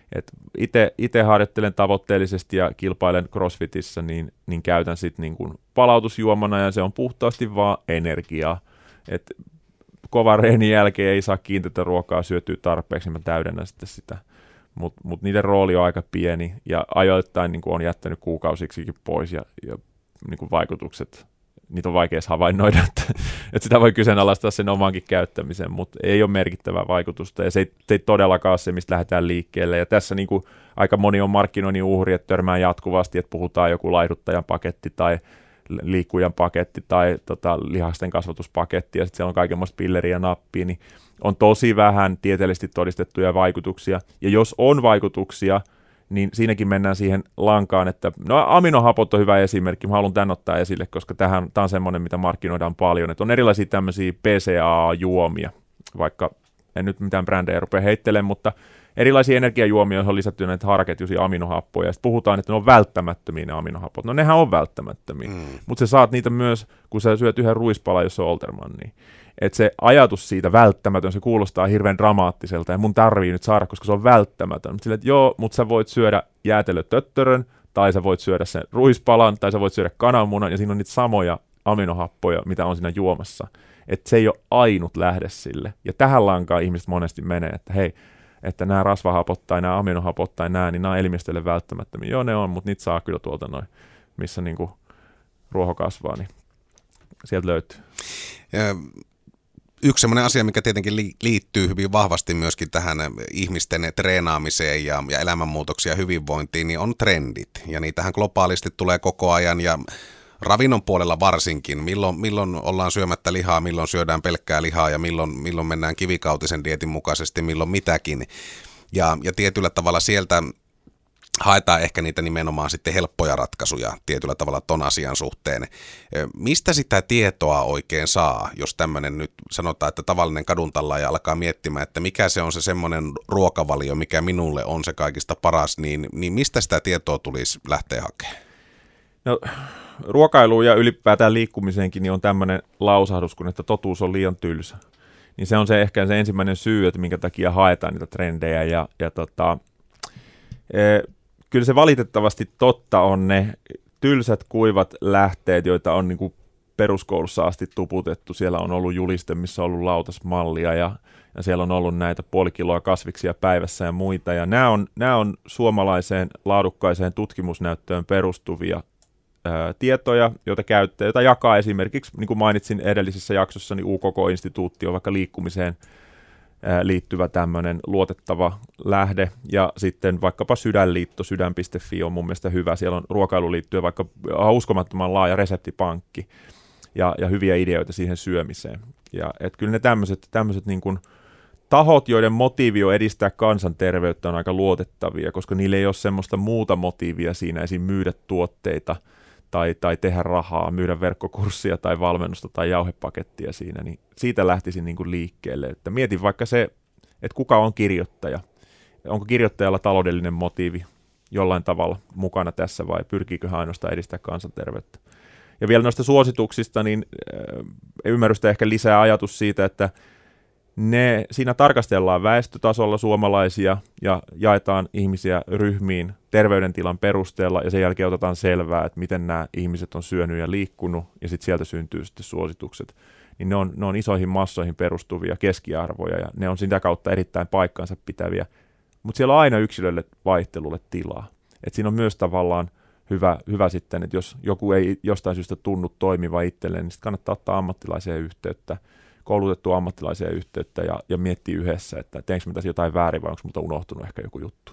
itse harjoittelen tavoitteellisesti ja kilpailen CrossFitissä, niin käytän sitten niin kuin palautusjuomana ja se on puhtaasti vaan energiaa. Et kovan reenin jälkeen ei saa kiinteätä ruokaa syötyä tarpeeksi, niin mä täydennän sitten sitä. Mut niiden rooli on aika pieni ja ajoittain niin kuin on jättänyt kuukausiksikin pois ja niin kuin vaikutukset, niitä on vaikea havainnoida, että sitä voi kyseenalaistaa sen omankin käyttämisen, mutta ei ole merkittävää vaikutusta ja se ei todellakaan ole se, mistä lähdetään liikkeelle. Ja tässä niin kuin aika moni on markkinoinnin uhri, että törmää jatkuvasti, että puhutaan joku laihduttajan paketti tai liikkujan paketti tai lihasten kasvatuspaketti ja sitten siellä on kaikenlaista pilleriä ja nappia, niin on tosi vähän tieteellisesti todistettuja vaikutuksia. Ja jos on vaikutuksia, niin siinäkin mennään siihen lankaan, että aminohapot on hyvä esimerkki, mä haluan tämän ottaa esille, koska tämä on semmoinen, mitä markkinoidaan paljon, että on erilaisia tämmöisiä PCA-juomia, vaikka en nyt mitään brändejä rupea heittelemään, mutta erilaisia energiajuomia, joihin on lisätty näitä haraketjuisia aminohappoja, ja sitten puhutaan, että ne on välttämättömiä ne aminohapot. No nehän on välttämättömiä, mutta sä saat niitä myös, kun sä syöt yhden ruispalan, jos on Oltermannia. Että se ajatus siitä välttämätön, se kuulostaa hirveän dramaattiselta, ja mun tarvii nyt saada, koska se on välttämätön. Mutta silleen, että joo, mutta sä voit syödä jäätelötöttörön, tai sä voit syödä sen ruispalan, tai sä voit syödä kananmunan, ja siinä on niitä samoja aminohappoja, mitä on siinä juomassa. Että se ei ole ainut lähde sille. Ja tähän lankaan ihmiset monesti menee, että hei, että nämä rasvahapot tai nämä aminohapot tai nämä, niin nämä on elimistölle välttämättömiä. Joo, ne on, mutta niitä saa kyllä tuolta noin, missä niinku ruoho kasvaa, niin sieltä löytyy. Yksi sellainen asia, mikä tietenkin liittyy hyvin vahvasti myöskin tähän ihmisten treenaamiseen ja elämänmuutoksiin ja hyvinvointiin, niin on trendit. Ja niitähän globaalisti tulee koko ajan ja ravinnon puolella varsinkin. Milloin ollaan syömättä lihaa, milloin syödään pelkkää lihaa ja milloin mennään kivikautisen dieetin mukaisesti, milloin mitäkin. Ja tietyllä tavalla sieltä haetaan ehkä niitä nimenomaan sitten helppoja ratkaisuja tietyllä tavalla ton asian suhteen. Mistä sitä tietoa oikein saa, jos tämmöinen nyt sanotaan, että tavallinen kaduntallaaja alkaa miettimään, että mikä se on se semmoinen ruokavalio, mikä minulle on se kaikista paras, niin mistä sitä tietoa tulisi lähteä hakemaan? No, ruokailuun ja ylipäätään liikkumiseenkin niin on tämmöinen lausahdus, kun että totuus on liian tylsä. Niin se on se ehkä se ensimmäinen syy, että minkä takia haetaan niitä trendejä kyllä se valitettavasti totta on ne tylsät, kuivat lähteet, joita on niin kuin peruskoulussa asti tuputettu. Siellä on ollut juliste, missä on ollut lautasmallia ja siellä on ollut näitä puoli kiloa kasviksia päivässä ja muita. Ja nämä on suomalaiseen laadukkaiseen tutkimusnäyttöön perustuvia tietoja, joita jakaa esimerkiksi, niin kuin mainitsin edellisessä jaksossa, niin UKK-instituutti on vaikka liikkumiseen liittyvä tämmöinen luotettava lähde, ja sitten vaikkapa Sydänliitto, sydän.fi on mun mielestä hyvä, siellä on ruokailuun liittyen vaikka uskomattoman laaja reseptipankki, ja hyviä ideoita siihen syömiseen. Ja et kyllä ne tämmöiset niin kuin tahot, joiden motiivi on edistää kansanterveyttä, on aika luotettavia, koska niillä ei ole semmoista muuta motiivia siinä, esim. Myydä tuotteita tai tehdä rahaa, myydä verkkokurssia tai valmennusta tai jauhepakettia siinä, niin siitä lähtisin niin kuin liikkeelle. Että mietin vaikka se, että kuka on kirjoittaja. Onko kirjoittajalla taloudellinen motiivi jollain tavalla mukana tässä vai pyrkiikö hän ainoastaan edistää kansanterveyttä. Ja vielä noista suosituksista, niin ymmärrystä ehkä lisää ajatus siitä, että siinä tarkastellaan väestötasolla suomalaisia ja jaetaan ihmisiä ryhmiin terveydentilan perusteella ja sen jälkeen otetaan selvää, että miten nämä ihmiset on syönyt ja liikkunut ja sitten sieltä syntyy sitten suositukset. Niin ne on isoihin massoihin perustuvia keskiarvoja ja ne on sitä kautta erittäin paikkansa pitäviä, mutta siellä on aina yksilölle vaihtelulle tilaa. Et siinä on myös tavallaan hyvä sitten, että jos joku ei jostain syystä tunnu toimiva itselleen, niin sitten kannattaa ottaa ammattilaisia yhteyttä, koulutettua ammattilaisia yhteyttä ja miettiä yhdessä, että teenkö mä tässä jotain väärin vai onko multa unohtunut ehkä joku juttu.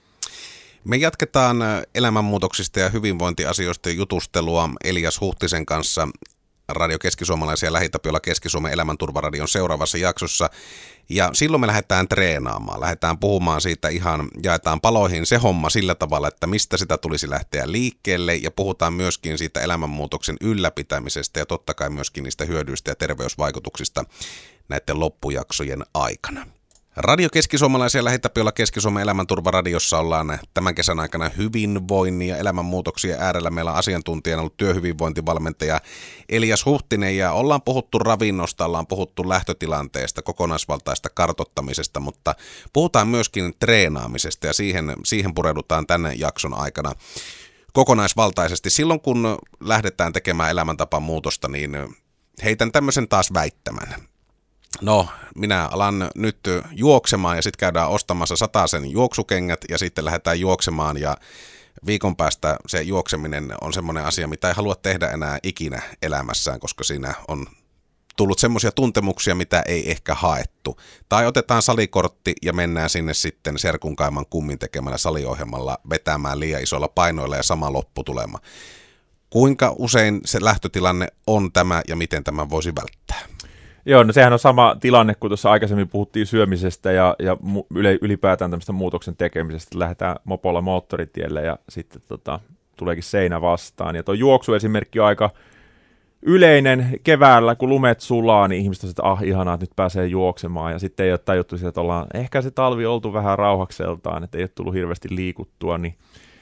Me jatketaan elämänmuutoksista ja hyvinvointiasioista jutustelua Elias Huhtisen kanssa Radio Keski-Suomalaisen ja LähiTapiola Keski-Suomen elämänturvaradion seuraavassa jaksossa. Ja silloin me lähdetään treenaamaan, lähdetään puhumaan siitä jaetaan paloihin se homma sillä tavalla, että mistä sitä tulisi lähteä liikkeelle ja puhutaan myöskin siitä elämänmuutoksen ylläpitämisestä ja totta kai myöskin niistä hyödyistä ja terveysvaikutuksista näiden loppujaksojen aikana. Radio Keski-Suomalaisen ja LähiTapiola Keski-Suomen elämänturvaradiossa ollaan tämän kesän aikana hyvinvoinnin ja elämänmuutoksien äärellä. Meillä on asiantuntijana ollut työhyvinvointivalmentaja Elias Huhtinen ja ollaan puhuttu ravinnosta, ollaan puhuttu lähtötilanteesta, kokonaisvaltaista kartoittamisesta, mutta puhutaan myöskin treenaamisesta ja siihen pureudutaan tänne jakson aikana kokonaisvaltaisesti. Silloin kun lähdetään tekemään elämäntapan muutosta, niin heitän tämmöisen taas väittämän. No, minä alan nyt juoksemaan ja sitten käydään ostamassa 100 juoksukengät ja sitten lähdetään juoksemaan ja viikon päästä se juokseminen on semmoinen asia, mitä ei halua tehdä enää ikinä elämässään, koska siinä on tullut semmoisia tuntemuksia, mitä ei ehkä haettu. Tai otetaan salikortti ja mennään sinne sitten serkunkaiman kummin tekemällä saliohjelmalla vetämään liian isoilla painoilla ja sama lopputulema. Kuinka usein se lähtötilanne on tämä ja miten tämä voisi välttää? Joo, no sehän on sama tilanne, kun tuossa aikaisemmin puhuttiin syömisestä ja ylipäätään tämmöistä muutoksen tekemisestä. Lähdetään mopolla moottoritielle ja sitten tuleekin seinä vastaan. Ja tuo juoksuesimerkki on aika yleinen. Keväällä, kun lumet sulaa, niin ihmiset on sitten, ihanaa, että nyt pääsee juoksemaan. Ja sitten ei ole tajuttu siitä, että ollaan ehkä se talvi oltu vähän rauhakseltaan, että ei ole tullut hirveästi liikuttua, niin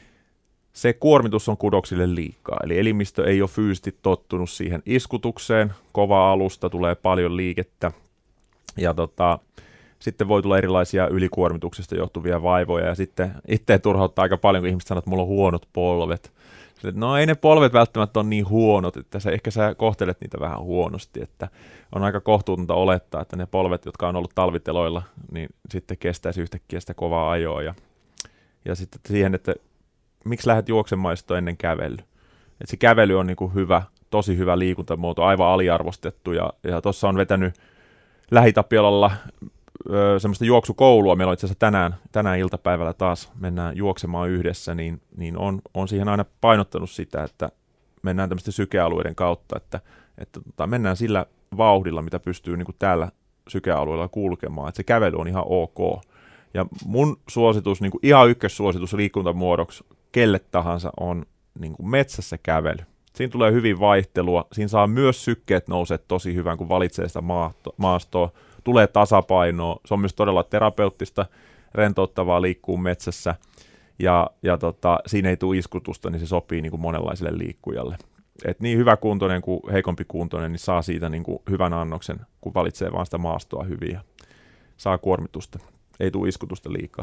se kuormitus on kudoksille liikaa, eli elimistö ei ole fyysisesti tottunut siihen iskutukseen, kova alusta, tulee paljon liikettä, ja sitten voi tulla erilaisia ylikuormituksesta johtuvia vaivoja, ja sitten itse turhauttaa aika paljon, kun ihmiset sanoo, että mulla on huonot polvet. Sitten, no ei ne polvet välttämättä ole niin huonot, että ehkä sä kohtelet niitä vähän huonosti, että on aika kohtuutonta olettaa, että ne polvet, jotka on ollut talviteloilla, niin sitten kestäisi yhtäkkiä sitä kovaa ajoa, ja sitten siihen, että miksi lähdet juoksemaan ennen kävely? Et se kävely on niinku tosi hyvä liikuntamuoto, aivan aliarvostettu. Ja tuossa on vetänyt LähiTapiolalla semmoista juoksukoulua. Meillä on itse asiassa tänään iltapäivällä taas mennään juoksemaan yhdessä, niin on siihen aina painottanut sitä, että mennään tämmöisten sykealueiden kautta, että mennään sillä vauhdilla, mitä pystyy niinku täällä sykealueella kulkemaan. Et se kävely on ihan ok. Ja mun suositus, niinku ihan ykkössuositus liikuntamuodoksi, kelle tahansa on niin kuin metsässä kävely. Siinä tulee hyvin vaihtelua. Siinä saa myös sykkeet nousee tosi hyvän, kun valitsee sitä maastoa. Tulee tasapainoa. Se on myös todella terapeuttista, rentouttavaa liikkuu metsässä. Ja siinä ei tule iskutusta, niin se sopii niin kuin monenlaiselle liikkujalle. Et niin hyväkuntoinen kuin heikompi kuntoinen, niin saa siitä niin kuin hyvän annoksen, kun valitsee vaan sitä maastoa hyvin ja saa kuormitusta. Ei tule iskutusta liikaa.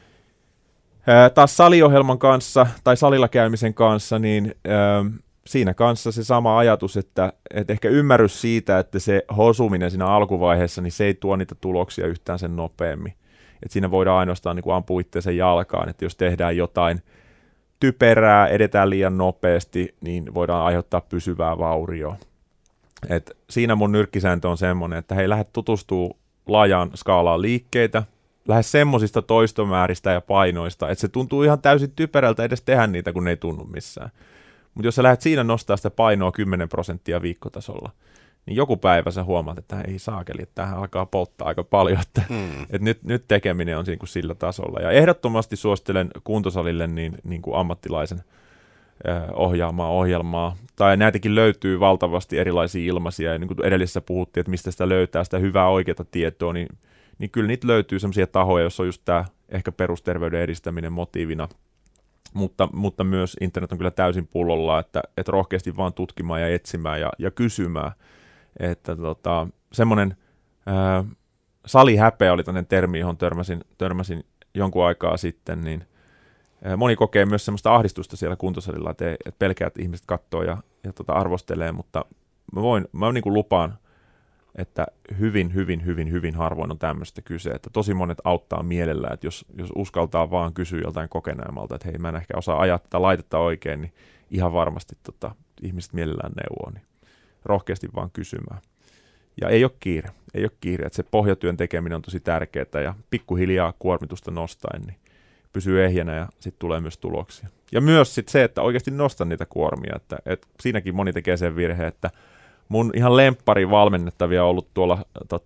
Taas saliohjelman kanssa tai salilla käymisen kanssa, niin siinä kanssa se sama ajatus, että ehkä ymmärrys siitä, että se hosuminen siinä alkuvaiheessa, niin se ei tuo niitä tuloksia yhtään sen nopeammin. Et siinä voidaan ainoastaan niin kuin ampua itseänsä jalkaan, että jos tehdään jotain typerää, edetään liian nopeasti, niin voidaan aiheuttaa pysyvää vaurioa. Et siinä mun nyrkkisääntö on semmoinen, että hei, lähde tutustuu laajaan skaalaan liikkeitä, lähes semmosista toistomääristä ja painoista, että se tuntuu ihan täysin typerältä edes tehdä niitä, kun ne ei tunnu missään. Mutta jos sä lähdet siinä nostaa sitä painoa 10% viikkotasolla, niin joku päivä sä huomaat, että ei saakeli, että tämähän alkaa polttaa aika paljon, että nyt tekeminen on niin kuin sillä tasolla. Ja ehdottomasti suosittelen kuntosalille niin kuin ammattilaisen ohjaamaa ohjelmaa. Tai näitäkin löytyy valtavasti erilaisia ilmaisia, ja niin kuin edellisessä puhuttiin, että mistä sitä löytää sitä hyvää oikeaa tietoa, niin kyllä niitä löytyy sellaisia tahoja, joissa on just tämä ehkä perusterveyden edistäminen motiivina, mutta myös internet on kyllä täysin pullolla, että rohkeasti vaan tutkimaan ja etsimään ja kysymään. Että semmoinen salihäpeä oli tämmöinen termi, johon törmäsin jonkun aikaa sitten, niin moni kokee myös semmoista ahdistusta siellä kuntosalilla, että pelkää, että ihmiset katsoo ja arvostelee, mutta mä niin kuin lupaan, että hyvin harvoin on tämmöistä kyse, että tosi monet auttaa mielellään, että jos uskaltaa vaan kysyä joltain kokeneemmalta, että hei, mä en ehkä osaa ajaa tätä laitetta oikein, niin ihan varmasti ihmiset mielellään neuvoo, niin rohkeasti vaan kysymään. Ja ei ole kiire, että se pohjatyön tekeminen on tosi tärkeää ja pikkuhiljaa kuormitusta nostaen, niin pysyy ehjänä ja sitten tulee myös tuloksia. Ja myös sit se, että oikeasti nostan niitä kuormia, että siinäkin moni tekee sen virheen, että mun ihan lemppari valmennettavia on ollut tuolla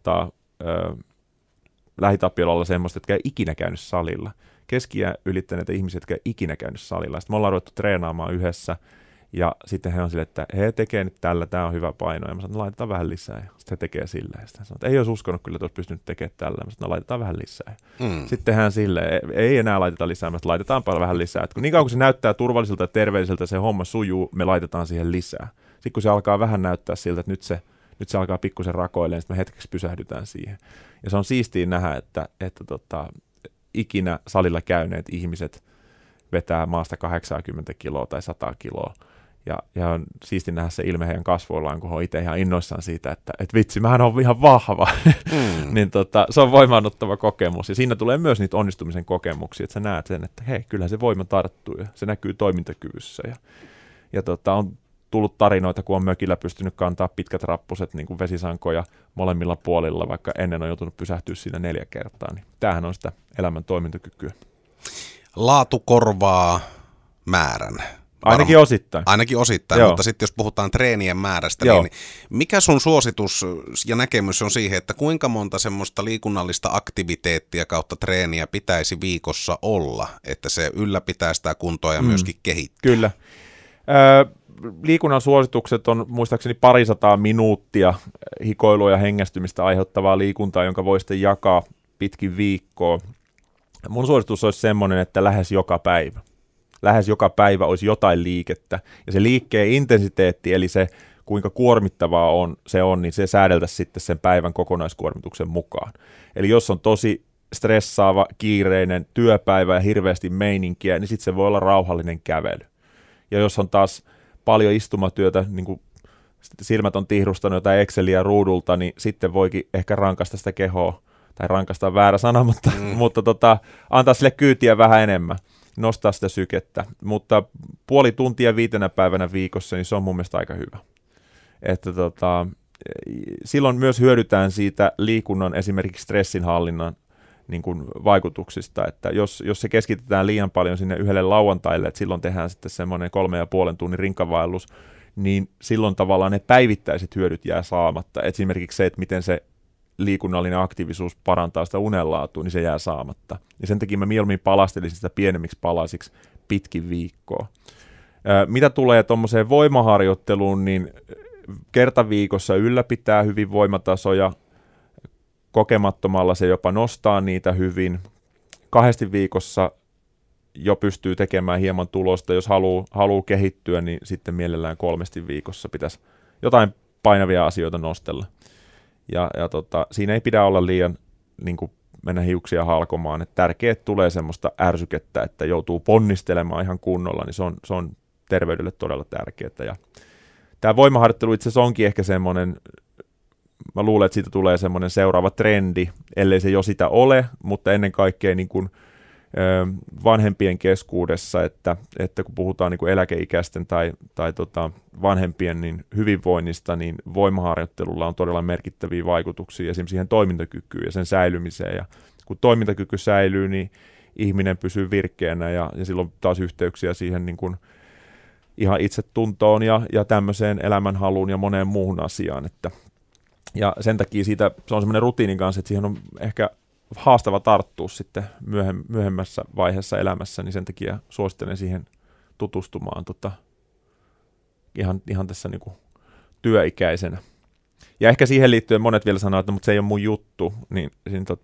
Lähi-Tapiolalla semmoista, jotka ei ikinä käynyt salilla. Keskiä ylittäneitä ihmisiä, jotka ei ikinä käynyt salilla. Sitten me ollaan ruvettu treenaamaan yhdessä, ja sitten he on silleen, että he tekee nyt tällä, tämä on hyvä paino, ja mä sanon, että laitetaan vähän lisää, ja sitten he tekee sillä, ja sitten sanoo, että ei olisi uskonut kyllä, että olisi pystynyt tekemään tällä, ja mä sanon, laitetaan vähän lisää. Sitten hän silleen, ei enää laiteta lisää, mä sanon, laitetaanpa vähän lisää. Et kun niin kauan kun se näyttää turvalliselta ja terveelliseltä, se homma sujuu, me laitetaan siihen lisää. Sitten kun se alkaa vähän näyttää siltä, että nyt se alkaa pikkusen rakoilemaan, niin sitten me hetkeksi pysähdytään siihen. Ja se on siistiä nähdä, että ikinä salilla käyneet ihmiset vetää maasta 80 kiloa tai 100 kiloa. Ja on siisti nähdä se ilme heidän kasvoillaan, kun on itse ihan innoissaan siitä, että vitsi, mähän on ihan vahva. Niin se on voimaannuttava kokemus. Ja siinä tulee myös niitä onnistumisen kokemuksia, että sä näet sen, että hei, kyllähän se voima tarttuu ja se näkyy toimintakyvyssä. Ja on tullut tarinoita, kun on mökillä pystynyt kantaa pitkät rappuset, niin kuin vesisankoja molemmilla puolilla, vaikka ennen on joutunut pysähtyä siinä 4 kertaa. Niin tämähän on sitä elämän toimintakykyä. Laatu korvaa määrän. Ainakin osittain. Ainakin osittain, joo. Mutta sitten jos puhutaan treenien määrästä, niin mikä sun suositus ja näkemys on siihen, että kuinka monta semmoista liikunnallista aktiviteettia kautta treeniä pitäisi viikossa olla, että se ylläpitää sitä kuntoa ja myöskin kehittää? Kyllä. Liikunnan suositukset on muistaakseni 200 minuuttia hikoilua ja hengästymistä aiheuttavaa liikuntaa, jonka voi sitten jakaa pitkin viikkoa. Mun suositus olisi semmoinen, että lähes joka päivä olisi jotain liikettä. Ja se liikkeen intensiteetti, eli se kuinka kuormittavaa se on, niin se säädeltäisiin sitten sen päivän kokonaiskuormituksen mukaan. Eli jos on tosi stressaava, kiireinen työpäivä ja hirveästi meininkiä, niin sitten se voi olla rauhallinen kävely. Ja jos on taas paljon istumatyötä, niin kuin silmät on tihrustanut jotain Exceliä ruudulta, niin sitten voikin ehkä rankasta sitä kehoa, tai rankasta on väärä sana, mutta antaa sille kyytiä vähän enemmän, nostaa sitä sykettä. Mutta puoli tuntia 5 päivänä viikossa, niin se on mun mielestä aika hyvä. Että silloin myös hyödytään siitä liikunnan esimerkiksi stressinhallinnan niin kuin vaikutuksista, että jos se keskitetään liian paljon sinne yhdelle lauantaille, että silloin tehdään sitten semmoinen 3,5 tunnin rinkavaellus, niin silloin tavallaan ne päivittäiset hyödyt jää saamatta. Esimerkiksi se, että miten se liikunnallinen aktiivisuus parantaa sitä unenlaatua, niin se jää saamatta. Ja sen takia mä mieluummin palastelisin sitä pienemmiksi palasiksi pitkin viikkoa. Mitä tulee tuommoiseen voimaharjoitteluun, niin kertaviikossa ylläpitää hyvin voimatasoja, kokemattomalla se jopa nostaa niitä hyvin. 2 viikossa jo pystyy tekemään hieman tulosta. Jos haluaa kehittyä, niin sitten mielellään 3 viikossa pitäisi jotain painavia asioita nostella. Ja siinä ei pidä olla liian niin kuin mennä hiuksia halkomaan. Että tärkeää, että tulee semmoista ärsykettä, että joutuu ponnistelemaan ihan kunnolla, niin se on terveydelle todella tärkeää. Ja tämä voimaharjoittelu itse asiassa onkin ehkä semmoinen, mä luulen, että siitä tulee semmoinen seuraava trendi, ellei se jo sitä ole, mutta ennen kaikkea niin kuin vanhempien keskuudessa, että kun puhutaan niin kuin eläkeikäisten tai vanhempien niin hyvinvoinnista, niin voimaharjoittelulla on todella merkittäviä vaikutuksia esimerkiksi siihen toimintakykyyn ja sen säilymiseen. Ja kun toimintakyky säilyy, niin ihminen pysyy virkeänä ja silloin taas yhteyksiä siihen niin kuin ihan itsetuntoon ja tämmöiseen elämänhaluun ja moneen muuhun asiaan, että Ja sen takia siitä, se on semmoinen rutiinin kanssa, että siihen on ehkä haastava tarttua sitten myöhemmässä vaiheessa elämässä, niin sen takia suosittelen siihen tutustumaan ihan tässä niin kuin työikäisenä. Ja ehkä siihen liittyen monet vielä sanoo, että mutta se ei ole mun juttu, niin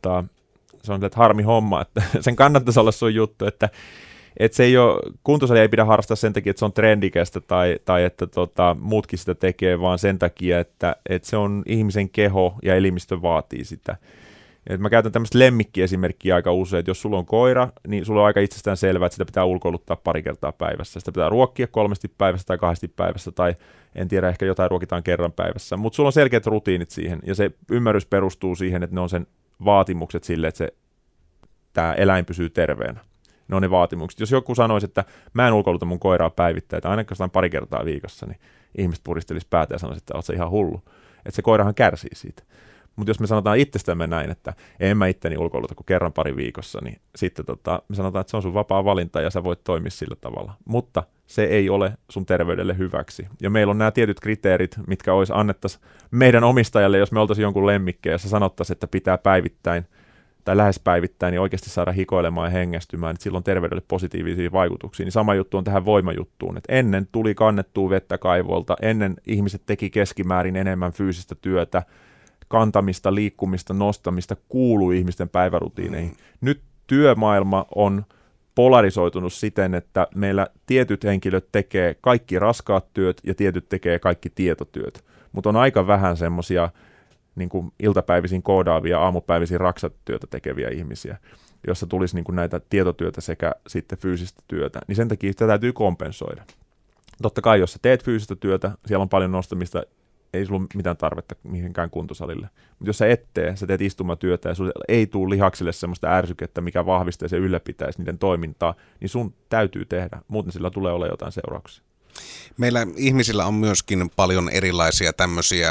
se on että harmi homma, että sen kannattaisi olla sun juttu, että se ei ole, kuntosalia ei pidä harrastaa sen takia, että se on trendikästä tai että muutkin sitä tekee, vaan sen takia, että se on ihmisen keho ja elimistö vaatii sitä. Et mä käytän tämmöistä lemmikkiesimerkkiä aika usein, että jos sulla on koira, niin sulla on aika itsestään selvää, että sitä pitää ulkoiluttaa pari kertaa päivässä. Sitä pitää ruokkia 3 päivässä tai 2 päivässä, tai en tiedä, ehkä jotain ruokitaan kerran päivässä. Mutta sulla on selkeät rutiinit siihen, ja se ymmärrys perustuu siihen, että ne on sen vaatimukset sille, että tämä eläin pysyy terveenä. Ne on ne vaatimukset. Jos joku sanoisi, että mä en ulkoiluta mun koiraa päivittäin, tai ainakaan pari kertaa viikossa, niin ihmiset puristelisi päätä ja sanoisi, että oot sä ihan hullu. Että se koirahan kärsii siitä. Mutta jos me sanotaan itsestämme näin, että en mä itteni ulkoiluta kuin kerran pari viikossa, niin sitten me sanotaan, että se on sun vapaa valinta ja sä voit toimia sillä tavalla. Mutta se ei ole sun terveydelle hyväksi. Ja meillä on nämä tietyt kriteerit, mitkä olisi annettaisiin meidän omistajalle, jos me oltaisiin jonkun lemmikkejä, ja se sanottaisiin, että pitää päivittäin tai lähes päivittäin niin oikeasti saada hikoilemaan ja hengästymään, että sillä on terveydelle positiivisia vaikutuksia. Niin sama juttu on tähän voimajuttuun, että ennen tuli kannettua vettä kaivolta, ennen ihmiset teki keskimäärin enemmän fyysistä työtä, kantamista, liikkumista, nostamista kuuluu ihmisten päivärutiineihin. Nyt työmaailma on polarisoitunut siten, että meillä tietyt henkilöt tekee kaikki raskaat työt ja tietyt tekee kaikki tietotyöt, mutta on aika vähän semmoisia niin kuin iltapäivisin koodaavia, aamupäivisin raksatyötä tekeviä ihmisiä, jossa tulisi niin kuin näitä tietotyötä sekä sitten fyysistä työtä, niin sen takia sitä täytyy kompensoida. Totta kai, jos sä teet fyysistä työtä, siellä on paljon nostamista, ei sulla ole mitään tarvetta mihinkään kuntosalille. Mutta jos sä et tee, sä teet istumatyötä ja sulla ei tule lihaksille semmoista ärsykettä, mikä vahvistaisi ja ylläpitäisi niiden toimintaa, niin sun täytyy tehdä, muuten sillä tulee olla jotain seurauksia. Meillä ihmisillä on myöskin paljon erilaisia tämmöisiä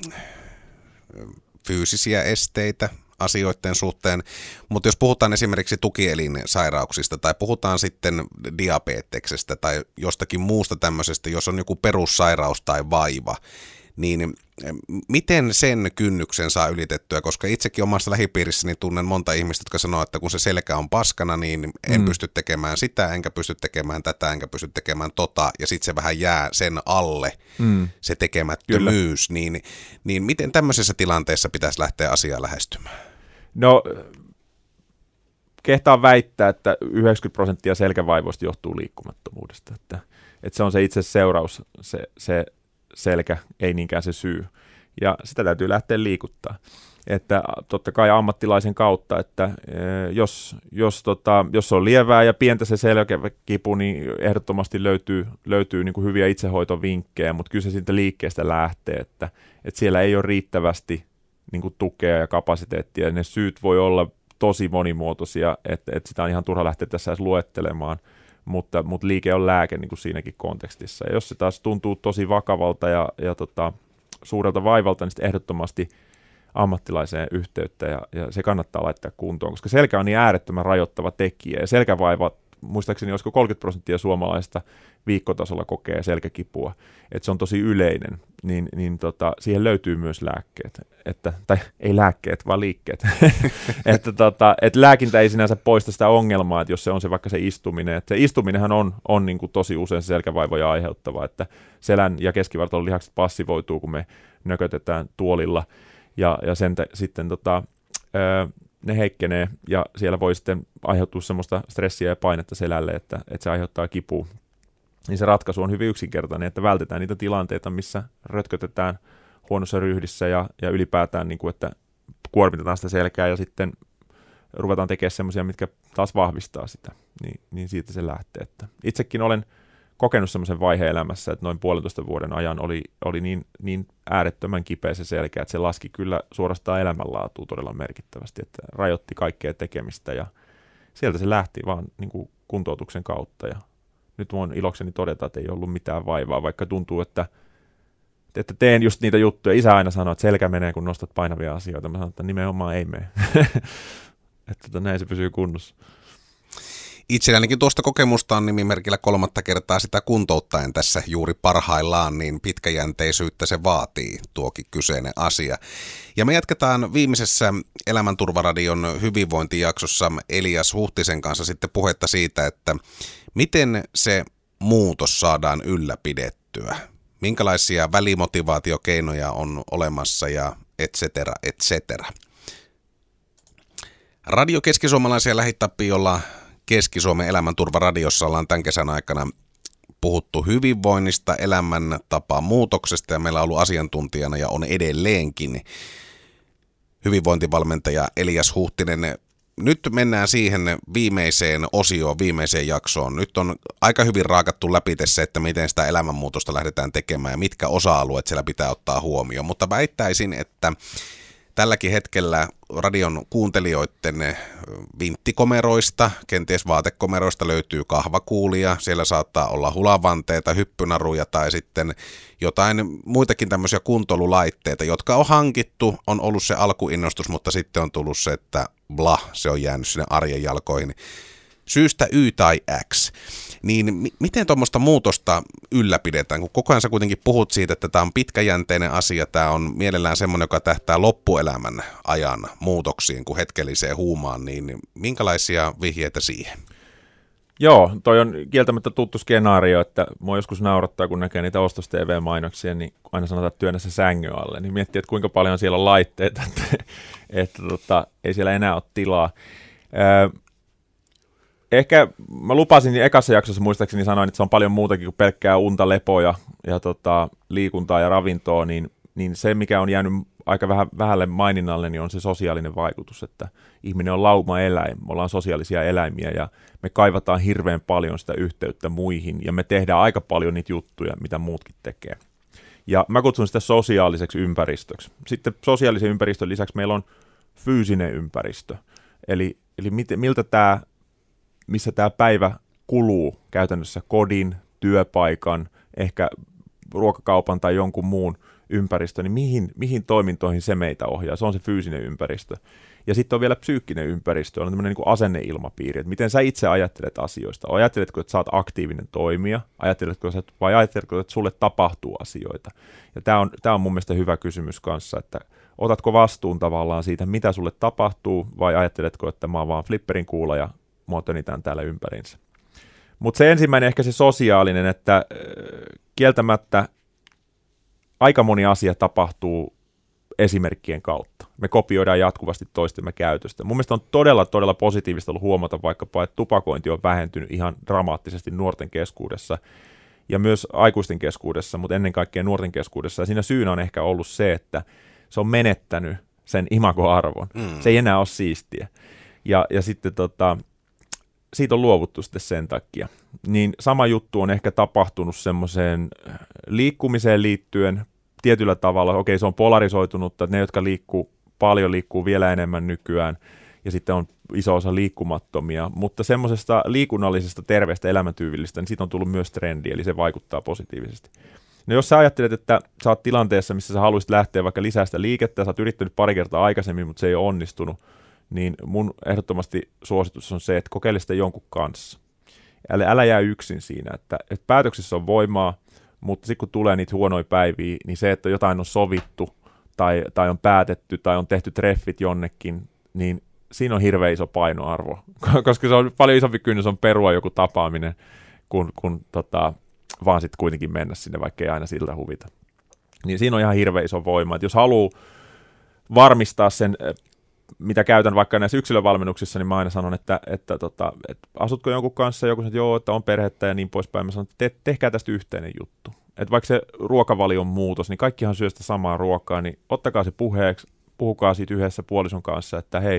fyysisiä esteitä asioiden suhteen, mutta jos puhutaan esimerkiksi tukielinsairauksista tai puhutaan sitten diabeteksestä tai jostakin muusta tämmöisestä, jos on joku perussairaus tai vaiva, niin miten sen kynnyksen saa ylitettyä, koska itsekin omassa lähipiirissäni tunnen monta ihmistä, jotka sanoo, että kun se selkä on paskana, niin en pysty tekemään sitä, enkä pysty tekemään tätä, enkä pysty tekemään tota, ja sitten se vähän jää sen alle, se tekemättömyys, niin miten tämmöisessä tilanteessa pitäisi lähteä asiaa lähestymään? No, kehtaan väittää, että 90% selkävaivoista johtuu liikkumattomuudesta, että se on se itse seuraus, se selkä, ei niinkään se syy. Ja sitä täytyy lähteä liikuttaa. Että totta kai ammattilaisen kautta, että jos on lievää ja pientä se selkäkipu, niin ehdottomasti löytyy niin kuin hyviä itsehoitovinkkejä, mutta kyllä se siitä liikkeestä lähtee, että siellä ei ole riittävästi niin kuin tukea ja kapasiteettia. Ne syyt voi olla tosi monimuotoisia, että sitä on ihan turha lähteä tässä edes luettelemaan. Mutta liike on lääke niin kuin siinäkin kontekstissa. Ja jos se taas tuntuu tosi vakavalta ja suurelta vaivalta, niin sitten ehdottomasti ammattilaiseen yhteyttä ja se kannattaa laittaa kuntoon, koska selkä on niin äärettömän rajoittava tekijä. Ja selkävaiva, muistaakseni olisiko 30% suomalaisista viikkotasolla kokee selkäkipua, että se on tosi yleinen, niin siihen löytyy myös lääkkeet, tai ei lääkkeet, vaan liikkeet, että lääkintä ei sinänsä poista sitä ongelmaa, että jos se on se vaikka se istuminen, että se istuminenhan on niin kuin tosi usein se selkävaivoja aiheuttava, että selän ja keskivartalon lihakset passivoituu, kun me nökötetään tuolilla, ja sitten ne heikkenee, ja siellä voi sitten aiheutua semmoista stressiä ja painetta selälle, että se aiheuttaa kipua. Niin se ratkaisu on hyvin yksinkertainen, että vältetään niitä tilanteita, missä rötkötetään huonossa ryhdissä ja ylipäätään, niin kuin, että kuormitetaan sitä selkää ja sitten ruvetaan tekemään semmoisia, mitkä taas vahvistaa sitä, niin siitä se lähtee. Että itsekin olen kokenut semmoisen vaiheen elämässä, että noin 1,5 vuoden ajan oli niin äärettömän kipeä se selkä, että se laski kyllä suorastaan elämänlaatua todella merkittävästi, että rajoitti kaikkea tekemistä ja sieltä se lähti vaan niin kuin kuntoutuksen kautta ja nyt voin ilokseni todeta, että ei ollut mitään vaivaa, vaikka tuntuu, että teen just niitä juttuja. Isä aina sanoo, että selkä menee, kun nostat painavia asioita. Mä sanon, että nimenomaan ei mene. Että näin se pysyy kunnossa. Itsellänikin tuosta kokemusta on nimimerkillä 3. kertaa sitä kuntouttaen tässä juuri parhaillaan, niin pitkäjänteisyyttä se vaatii tuokin kyseinen asia. Ja me jatketaan viimeisessä Elämänturvaradion hyvinvointijaksossa Elias Huhtisen kanssa sitten puhetta siitä, että miten se muutos saadaan ylläpidettyä. Minkälaisia välimotivaatiokeinoja on olemassa ja et cetera, et cetera. Radio Keskisuomalaisia lähitapiolla Keski-Suomen Elämänturvaradiossa ollaan tämän kesän aikana puhuttu hyvinvoinnista, elämäntapaa muutoksesta ja meillä on ollut asiantuntijana ja on edelleenkin hyvinvointivalmentaja Elias Huhtinen. Nyt mennään siihen viimeiseen osioon, viimeiseen jaksoon. Nyt on aika hyvin raakattu läpi se, että miten sitä elämänmuutosta lähdetään tekemään ja mitkä osa-alueet siellä pitää ottaa huomioon. Mutta väittäisin, että tälläkin hetkellä radion kuuntelijoiden vinttikomeroista, kenties vaatekomeroista löytyy kahvakuulia. Siellä saattaa olla hulavanteita, hyppynaruja tai sitten jotain muitakin tämmöisiä kuntoilulaitteita, jotka on hankittu. On ollut se alkuinnostus, mutta sitten on tullut se, että se on jäänyt sinne arjen jalkoihin. Syystä Y tai X. Niin miten tuommoista muutosta ylläpidetään, kun koko ajan sä kuitenkin puhut siitä, että tämä on pitkäjänteinen asia, tämä on mielellään semmoinen, joka tähtää loppuelämän ajan muutoksiin kuin hetkelliseen huumaan, niin minkälaisia vihjeitä siihen? Joo, toi on kieltämättä tuttu skenaario, että mua joskus naurattaa, kun näkee niitä ostos-TV-mainoksia, niin aina sanotaan, että työnnä se sängyn alle, niin miettii, että kuinka paljon siellä on laitteita, että ei siellä enää ole tilaa. Ehkä mä lupasin niin ekassa jaksossa muistaakseni sanoin, että se on paljon muutakin kuin pelkkää unta, lepoa ja liikuntaa ja ravintoa, niin se mikä on jäänyt aika vähälle maininnalle, niin on se sosiaalinen vaikutus, että ihminen on lauma-eläin, me ollaan sosiaalisia eläimiä ja me kaivataan hirveän paljon sitä yhteyttä muihin ja me tehdään aika paljon niitä juttuja, mitä muutkin tekee. Ja mä kutsun sitä sosiaaliseksi ympäristöksi. Sitten sosiaalisen ympäristön lisäksi meillä on fyysinen ympäristö, eli missä tämä päivä kuluu käytännössä kodin, työpaikan, ehkä ruokakaupan tai jonkun muun ympäristö, niin mihin toimintoihin se meitä ohjaa? Se on se fyysinen ympäristö. Ja sitten on vielä psyykkinen ympäristö, on tämmöinen niin kuin asenneilmapiiri, että miten sä itse ajattelet asioista. Ajatteletko, että sä oot aktiivinen toimija, vai ajatteletko, että sulle tapahtuu asioita? Ja tämä on mun mielestä hyvä kysymys kanssa, että otatko vastuun tavallaan siitä, mitä sulle tapahtuu, vai ajatteletko, että mä oon vaan flipperin kuula ja mua tönitään täällä ympärinsä. Mutta se ensimmäinen ehkä se sosiaalinen, että kieltämättä aika moni asia tapahtuu esimerkkien kautta. Me kopioidaan jatkuvasti toistemme käytöstä. Mun mielestä on todella positiivista ollut huomata vaikkapa, että tupakointi on vähentynyt ihan dramaattisesti nuorten keskuudessa ja myös aikuisten keskuudessa, mutta ennen kaikkea nuorten keskuudessa. Ja siinä syynä on ehkä ollut se, että se on menettänyt sen imagoarvon. Se ei enää ole siistiä. Ja sitten siitä on luovuttu sitten sen takia. Niin sama juttu on ehkä tapahtunut semmoiseen liikkumiseen liittyen tietyllä tavalla. Okei, se on polarisoitunutta, että ne, jotka liikkuu paljon, liikkuu vielä enemmän nykyään, ja sitten on iso osa liikkumattomia, mutta semmoisesta liikunnallisesta, terveestä, elämäntyypillistä, niin siitä on tullut myös trendi, eli se vaikuttaa positiivisesti. No jos sä ajattelet, että sä oot tilanteessa, missä sä haluaisit lähteä vaikka lisää sitä liikettä, sä oot yrittänyt pari kertaa aikaisemmin, mutta se ei ole onnistunut, niin mun ehdottomasti suositus on se, että kokeile sitä jonkun kanssa. Älä jää yksin siinä, että päätöksissä on voimaa, mutta sitten kun tulee niitä huonoja päiviä, niin se, että jotain on sovittu tai on päätetty tai on tehty treffit jonnekin, niin siinä on hirveän iso painoarvo, koska se on paljon isompi kynnys on perua joku tapaaminen, kun vaan sitten kuitenkin mennä sinne, vaikka ei aina siltä huvita. Niin siinä on ihan hirveän iso voima, että jos haluaa varmistaa sen, mitä käytän vaikka näissä yksilövalmennuksissa, niin mä aina sanon, että asutko jonkun kanssa, joku sanoo, että joo, että on perhettä ja niin poispäin. Mä sanon, että tehkää tästä yhteinen juttu. Että vaikka se ruokavalion muutos, niin kaikkihan syö sitä samaa ruokaa, niin ottakaa se puheeksi, puhukaa siitä yhdessä puolison kanssa, että hei,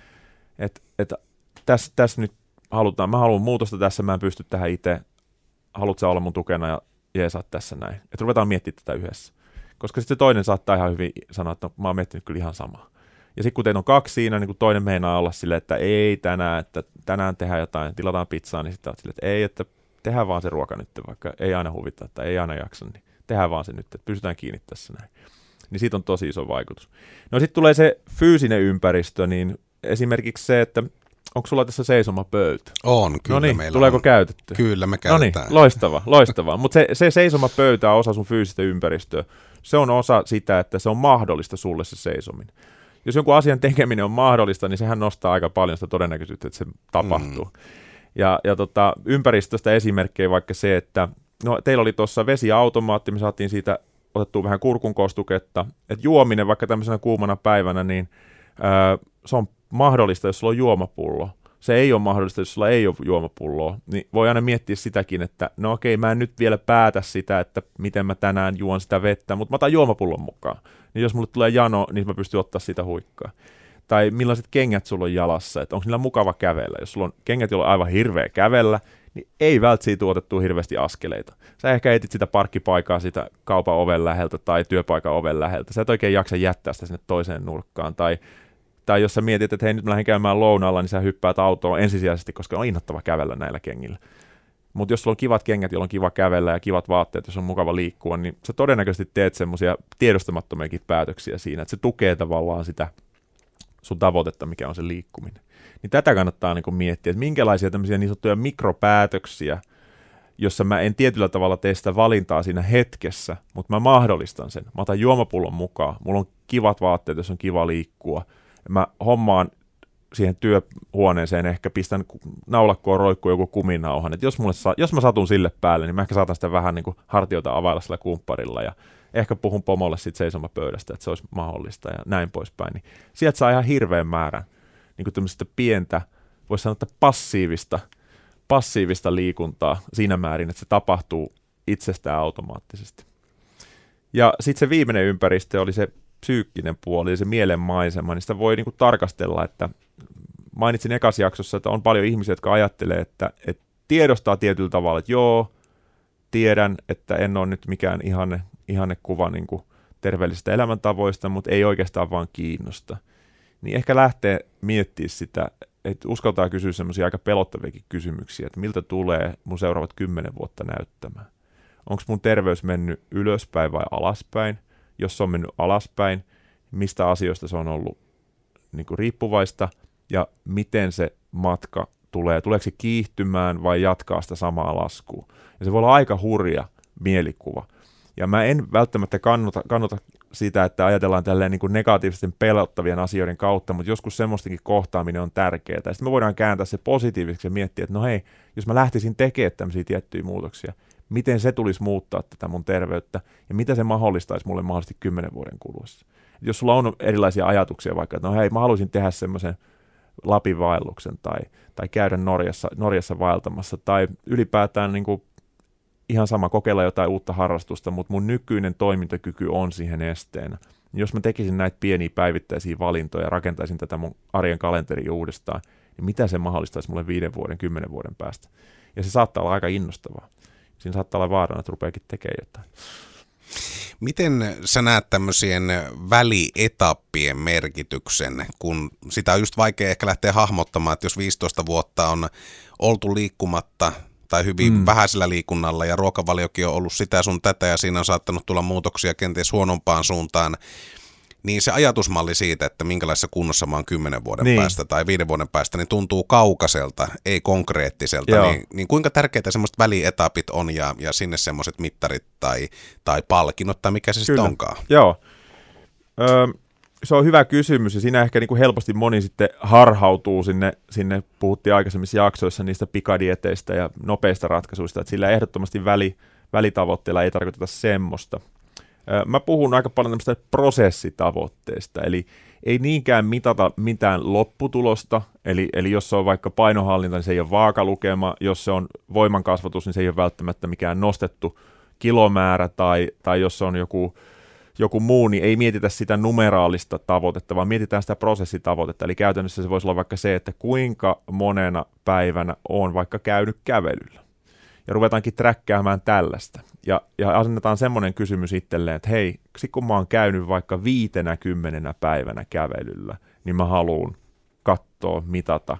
että tässä nyt halutaan, mä haluan muutosta tässä, mä en pysty tähän itse, haluatko sä olla mun tukena ja jeesaa tässä näin. Että ruvetaan miettimään tätä yhdessä. Koska sitten se toinen saattaa ihan hyvin sanoa, että no, mä oon miettinyt kyllä ihan samaa. Ja sitten kun teillä on kaksi siinä, niin kun toinen meinaa olla silleen, että ei tänään tehdään jotain, tilataan pizzaa, niin sitten olet silleen, että ei, että tehdään vaan se ruoka nyt, vaikka ei aina huvittaa tai ei aina jaksa, niin tehdään vaan se nyt, että pysytään kiinni tässä näin. Niin siitä on tosi iso vaikutus. No sitten tulee se fyysinen ympäristö, niin esimerkiksi se, että Onko sulla tässä seisomapöytä? On, kyllä Noniin, meillä tuleeko on. käytetty? Kyllä me käytetään. Noniin, loistavaa. Mutta se seisomapöytä on osa sun fyysistä ympäristöä. Se on osa sitä, että se on mahdollista sulle se seisominen. Jos jonkun asian tekeminen on mahdollista, niin sehän nostaa aika paljon sitä todennäköisyyttä, että se tapahtuu. Ja ympäristöstä esimerkkejä vaikka se, että teillä oli tuossa vesiautomaatti, me saatiin siitä otettua vähän kurkunkostuketta, että juominen vaikka tämmöisenä kuumana päivänä, niin se on mahdollista, jos sulla on juomapullo. Se ei ole mahdollista, jos sulla ei ole juomapulloa. Niin voi aina miettiä sitäkin, että no okei, mä en nyt vielä päätä sitä, että miten mä tänään juon sitä vettä, mutta mä otan juomapullon mukaan. Niin jos mulle tulee jano, niin mä pystyn ottaa sitä huikkaa. Tai millaiset kengät sulla on jalassa, että onko niillä mukava kävellä. Jos sulla on kengät, joilla on aivan hirveä kävellä, niin ei välttämättä otettua hirveästi askeleita. Sä ehkä etit sitä parkkipaikaa sitä kaupan oven läheltä tai työpaikan oven läheltä. Sä et oikein jaksa jättää sitä sinne toiseen nurkkaan. Tai jos sä mietit, että hei, nyt mä lähden käymään lounaalla, niin sä hyppäät autoon ensisijaisesti, koska on innoittava kävellä näillä kengillä. Mutta jos sulla on kivat kengät, joilla on kiva kävellä ja kivat vaatteet, jos on mukava liikkua, niin sä todennäköisesti teet semmoisia tiedostamattomiakin päätöksiä siinä, että se tukee tavallaan sitä sun tavoitetta, mikä on se liikkuminen. Niin tätä kannattaa niin kuin miettiä, että minkälaisia tämmöisiä niin sanottuja mikropäätöksiä, jossa mä en tietyllä tavalla tee sitä valintaa siinä hetkessä, mutta mä mahdollistan sen. Mä otan juomapullon mukaan, mulla on kivat vaatteet, jos on kiva liikkua. Mä hommaan siihen työhuoneeseen, ehkä pistän naulakkoon roikkuun joku kuminauhan. Et jos mä satun sille päälle, niin mä ehkä saatan sitä vähän niin kuin hartioita availla sillä kumpparilla ja ehkä puhun pomolle sit seisomapöydästä, että se olisi mahdollista ja näin poispäin. Niin sieltä saa ihan hirveän määrän niin kuin tämmöistä pientä, voisi sanoa, että passiivista liikuntaa siinä määrin, että se tapahtuu itsestään automaattisesti. Ja sitten se viimeinen ympäristö oli se psyykkinen puoli ja se mielenmaisema, niin sitä voi niin kuin tarkastella, että mainitsin ekassa jaksossa, että on paljon ihmisiä, jotka ajattelee, että tiedostaa tietyllä tavalla, että joo, tiedän, että en ole nyt mikään ihannekuva niin kuin terveellisistä elämäntavoista, mutta ei oikeastaan vaan kiinnosta. Niin ehkä lähtee miettimään sitä, että uskaltaa kysyä semmoisia aika pelottaviakin kysymyksiä, että miltä tulee mun seuraavat 10 vuotta näyttämään. Onko mun terveys mennyt ylöspäin vai alaspäin? Jos se on mennyt alaspäin, mistä asioista se on ollut niin kuin riippuvaista ja miten se matka tulee. Tuleeko se kiihtymään vai jatkaa sitä samaa laskua? Ja se voi olla aika hurja mielikuva. Ja mä en välttämättä kannata sitä, että ajatellaan tälleen niin kuin negatiivisten pelottavien asioiden kautta, mutta joskus semmoistakin kohtaaminen on tärkeää. Ja sitten me voidaan kääntää se positiiviseksi ja miettiä, että no hei, jos mä lähtisin tekemään tämmöisiä tiettyjä muutoksia, miten se tulisi muuttaa tätä mun terveyttä ja mitä se mahdollistaisi mulle mahdollisesti 10 vuoden kuluessa. Et jos sulla on erilaisia ajatuksia vaikka, että no hei, mä haluaisin tehdä semmoisen Lapin vaelluksen tai käydä Norjassa vaeltamassa tai ylipäätään niin kuin ihan sama kokeilla jotain uutta harrastusta, mutta mun nykyinen toimintakyky on siihen esteenä. Jos mä tekisin näitä pieniä päivittäisiä valintoja ja rakentaisin tätä mun arjen kalenteria uudestaan, niin mitä se mahdollistaisi mulle 5 vuoden, 10 vuoden päästä? Ja se saattaa olla aika innostavaa. Siinä saattaa olla vaarana, että rupeakin tekemään jotain. Miten sä näet tämmöisien välietappien merkityksen, kun sitä on just vaikea ehkä lähteä hahmottamaan, että jos 15 vuotta on oltu liikkumatta tai hyvin vähäisellä liikunnalla ja ruokavaliokin on ollut sitä sun tätä ja siinä on saattanut tulla muutoksia kenties huonompaan suuntaan, niin se ajatusmalli siitä, että minkälaisessa kunnossa mä oon 10 vuoden päästä tai 5 vuoden päästä, niin tuntuu kaukaiselta, ei konkreettiselta. Niin kuinka tärkeitä semmoiset välietapit on ja sinne semmoiset mittarit tai palkinnot tai mikä se sitten onkaan? Joo. Se on hyvä kysymys ja siinä ehkä niin kuin helposti moni sitten harhautuu sinne, puhuttiin aikaisemmissa jaksoissa niistä pikadieteistä ja nopeista ratkaisuista, että sillä ehdottomasti välitavoitteella ei tarkoiteta semmoista. Mä puhun aika paljon tämmöistä prosessitavoitteista, eli ei niinkään mitata mitään lopputulosta, eli jos se on vaikka painohallinta, niin se ei ole vaakalukema, jos se on voimankasvatus, niin se ei ole välttämättä mikään nostettu kilomäärä, tai jos se on joku muu, niin ei mietitä sitä numeraalista tavoitetta, vaan mietitään sitä prosessitavoitetta, eli käytännössä se voisi olla vaikka se, että kuinka monena päivänä on vaikka käynyt kävelyllä. Ja ruvetaankin träkkäämään tällaista. Ja asennetaan semmoinen kysymys itselleen, että hei, kun mä oon käynyt vaikka 50 päivänä kävelyllä, niin mä haluan katsoa, mitata,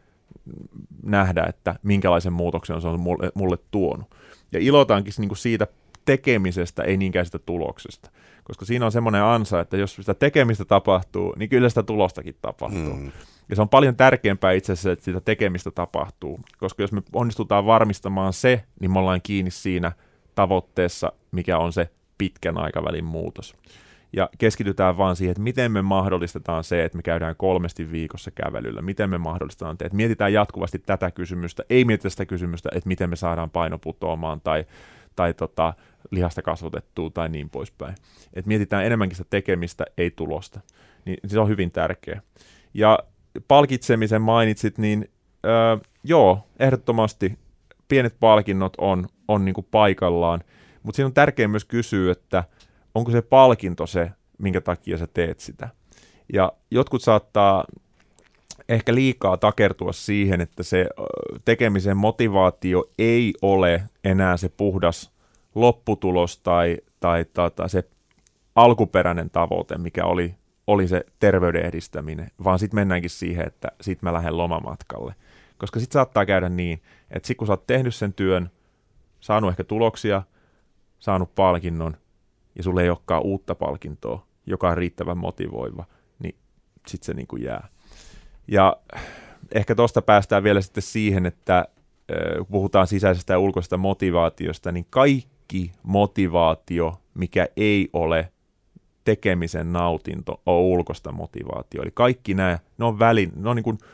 nähdä, että minkälaisen muutoksen se on mulle tuonut. Ja ilotaankin niin kuin siitä tekemisestä, ei niinkään sitä tuloksesta. koska siinä on semmoinen ansa, että jos sitä tekemistä tapahtuu, niin kyllä sitä tulostakin tapahtuu. Ja se on paljon tärkeämpää itse asiassa, että sitä tekemistä tapahtuu, koska jos me onnistutaan varmistamaan se, niin me ollaan kiinni siinä tavoitteessa, mikä on se pitkän aikavälin muutos. Ja keskitytään vaan siihen, että miten me mahdollistetaan se, että me käydään 3 viikossa kävelyllä, miten me mahdollistetaan te, että mietitään jatkuvasti tätä kysymystä, ei mietitä sitä kysymystä, että miten me saadaan paino putoamaan tai lihasta kasvatettua tai niin poispäin. Että mietitään enemmänkin sitä tekemistä, ei tulosta. Niin se on hyvin tärkeä. Ja palkitsemisen mainitsit, niin joo, ehdottomasti pienet palkinnot on niin kuin paikallaan, mutta siinä on tärkeää myös kysyä, että onko se palkinto se, minkä takia sä teet sitä. Ja jotkut saattaa ehkä liikaa takertua siihen, että se tekemisen motivaatio ei ole enää se puhdas lopputulos tai se alkuperäinen tavoite, mikä oli se terveyden edistäminen, vaan sitten mennäänkin siihen, että sitten mä lähden lomamatkalle. Koska sitten saattaa käydä niin, että sitten kun sä oot tehnyt sen työn, saanut ehkä tuloksia, saanut palkinnon, ja sulle ei olekaan uutta palkintoa, joka on riittävän motivoiva, niin sitten se niin kuin jää. Ja ehkä tuosta päästään vielä sitten siihen, että kun puhutaan sisäisestä ja ulkoisesta motivaatiosta, niin kaikki motivaatio, mikä ei ole tekemisen nautinto, on ulkoista motivaatio. Eli kaikki nämä, ne on niin kuin,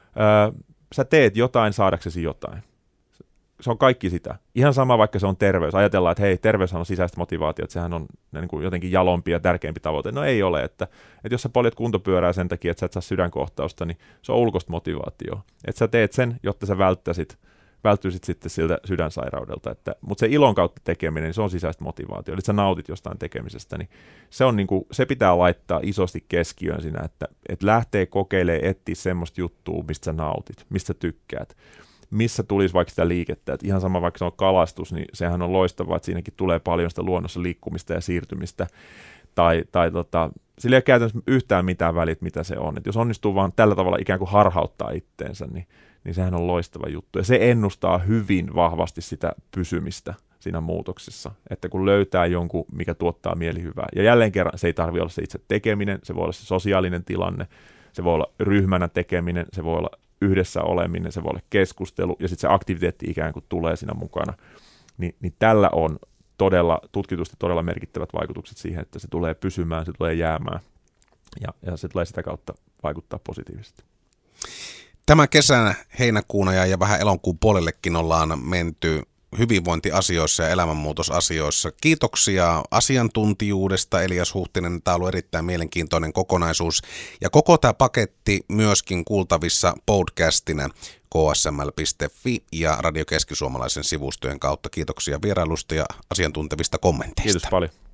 sä teet jotain saadaksesi jotain. Se on kaikki sitä. Ihan sama, vaikka se on terveys. Ajatellaan, että hei, terveyshän on sisäistä motivaatiota, sehän on niin kuin jotenkin jalompi ja tärkeämpi tavoite. No ei ole, että jos sä poljet kuntopyörää sen takia, että sä et saa sydänkohtausta, niin se on ulkoista motivaatioa. Että sä teet sen, jotta sä välttyisit sitten siltä sydänsairaudelta. Mutta se ilon kautta tekeminen, niin se on sisäistä motivaatiota. Eli sä nautit jostain tekemisestä, niin se, on niin kuin, se pitää laittaa isosti keskiöön siinä, että lähtee kokeilemaan, etsiä semmoista juttua, mistä sä nautit, mistä sä tykkäät. Missä tulisi vaikka sitä liikettä, että ihan sama vaikka se on kalastus, niin sehän on loistavaa, että siinäkin tulee paljon sitä luonnossa liikkumista ja siirtymistä, sillä ei ole käytännössä yhtään mitään välit, mitä se on, että jos onnistuu vaan tällä tavalla ikään kuin harhauttaa itteensä, niin sehän on loistava juttu, ja se ennustaa hyvin vahvasti sitä pysymistä siinä muutoksessa, että kun löytää jonkun, mikä tuottaa mielihyvää, ja jälleen kerran se ei tarvitse olla se itse tekeminen, se voi olla se sosiaalinen tilanne, se voi olla ryhmänä tekeminen, se voi olla yhdessä oleminen, se voi olla keskustelu, ja sitten se aktiviteetti ikään kuin tulee siinä mukana, niin tällä on tutkitusti todella merkittävät vaikutukset siihen, että se tulee pysymään, se tulee jäämään, ja se tulee sitä kautta vaikuttaa positiivisesti. Tämä kesänä, heinäkuuna ja vähän elokuun puolellekin ollaan menty hyvinvointiasioissa ja elämänmuutosasioissa. Kiitoksia asiantuntijuudesta, Elias Huhtinen. Tämä on ollut erittäin mielenkiintoinen kokonaisuus. Ja koko tämä paketti myöskin kuultavissa podcastina ksml.fi ja Radio Keski-Suomalaisen sivustojen kautta. Kiitoksia vierailusta ja asiantuntevista kommenteista. Kiitos paljon.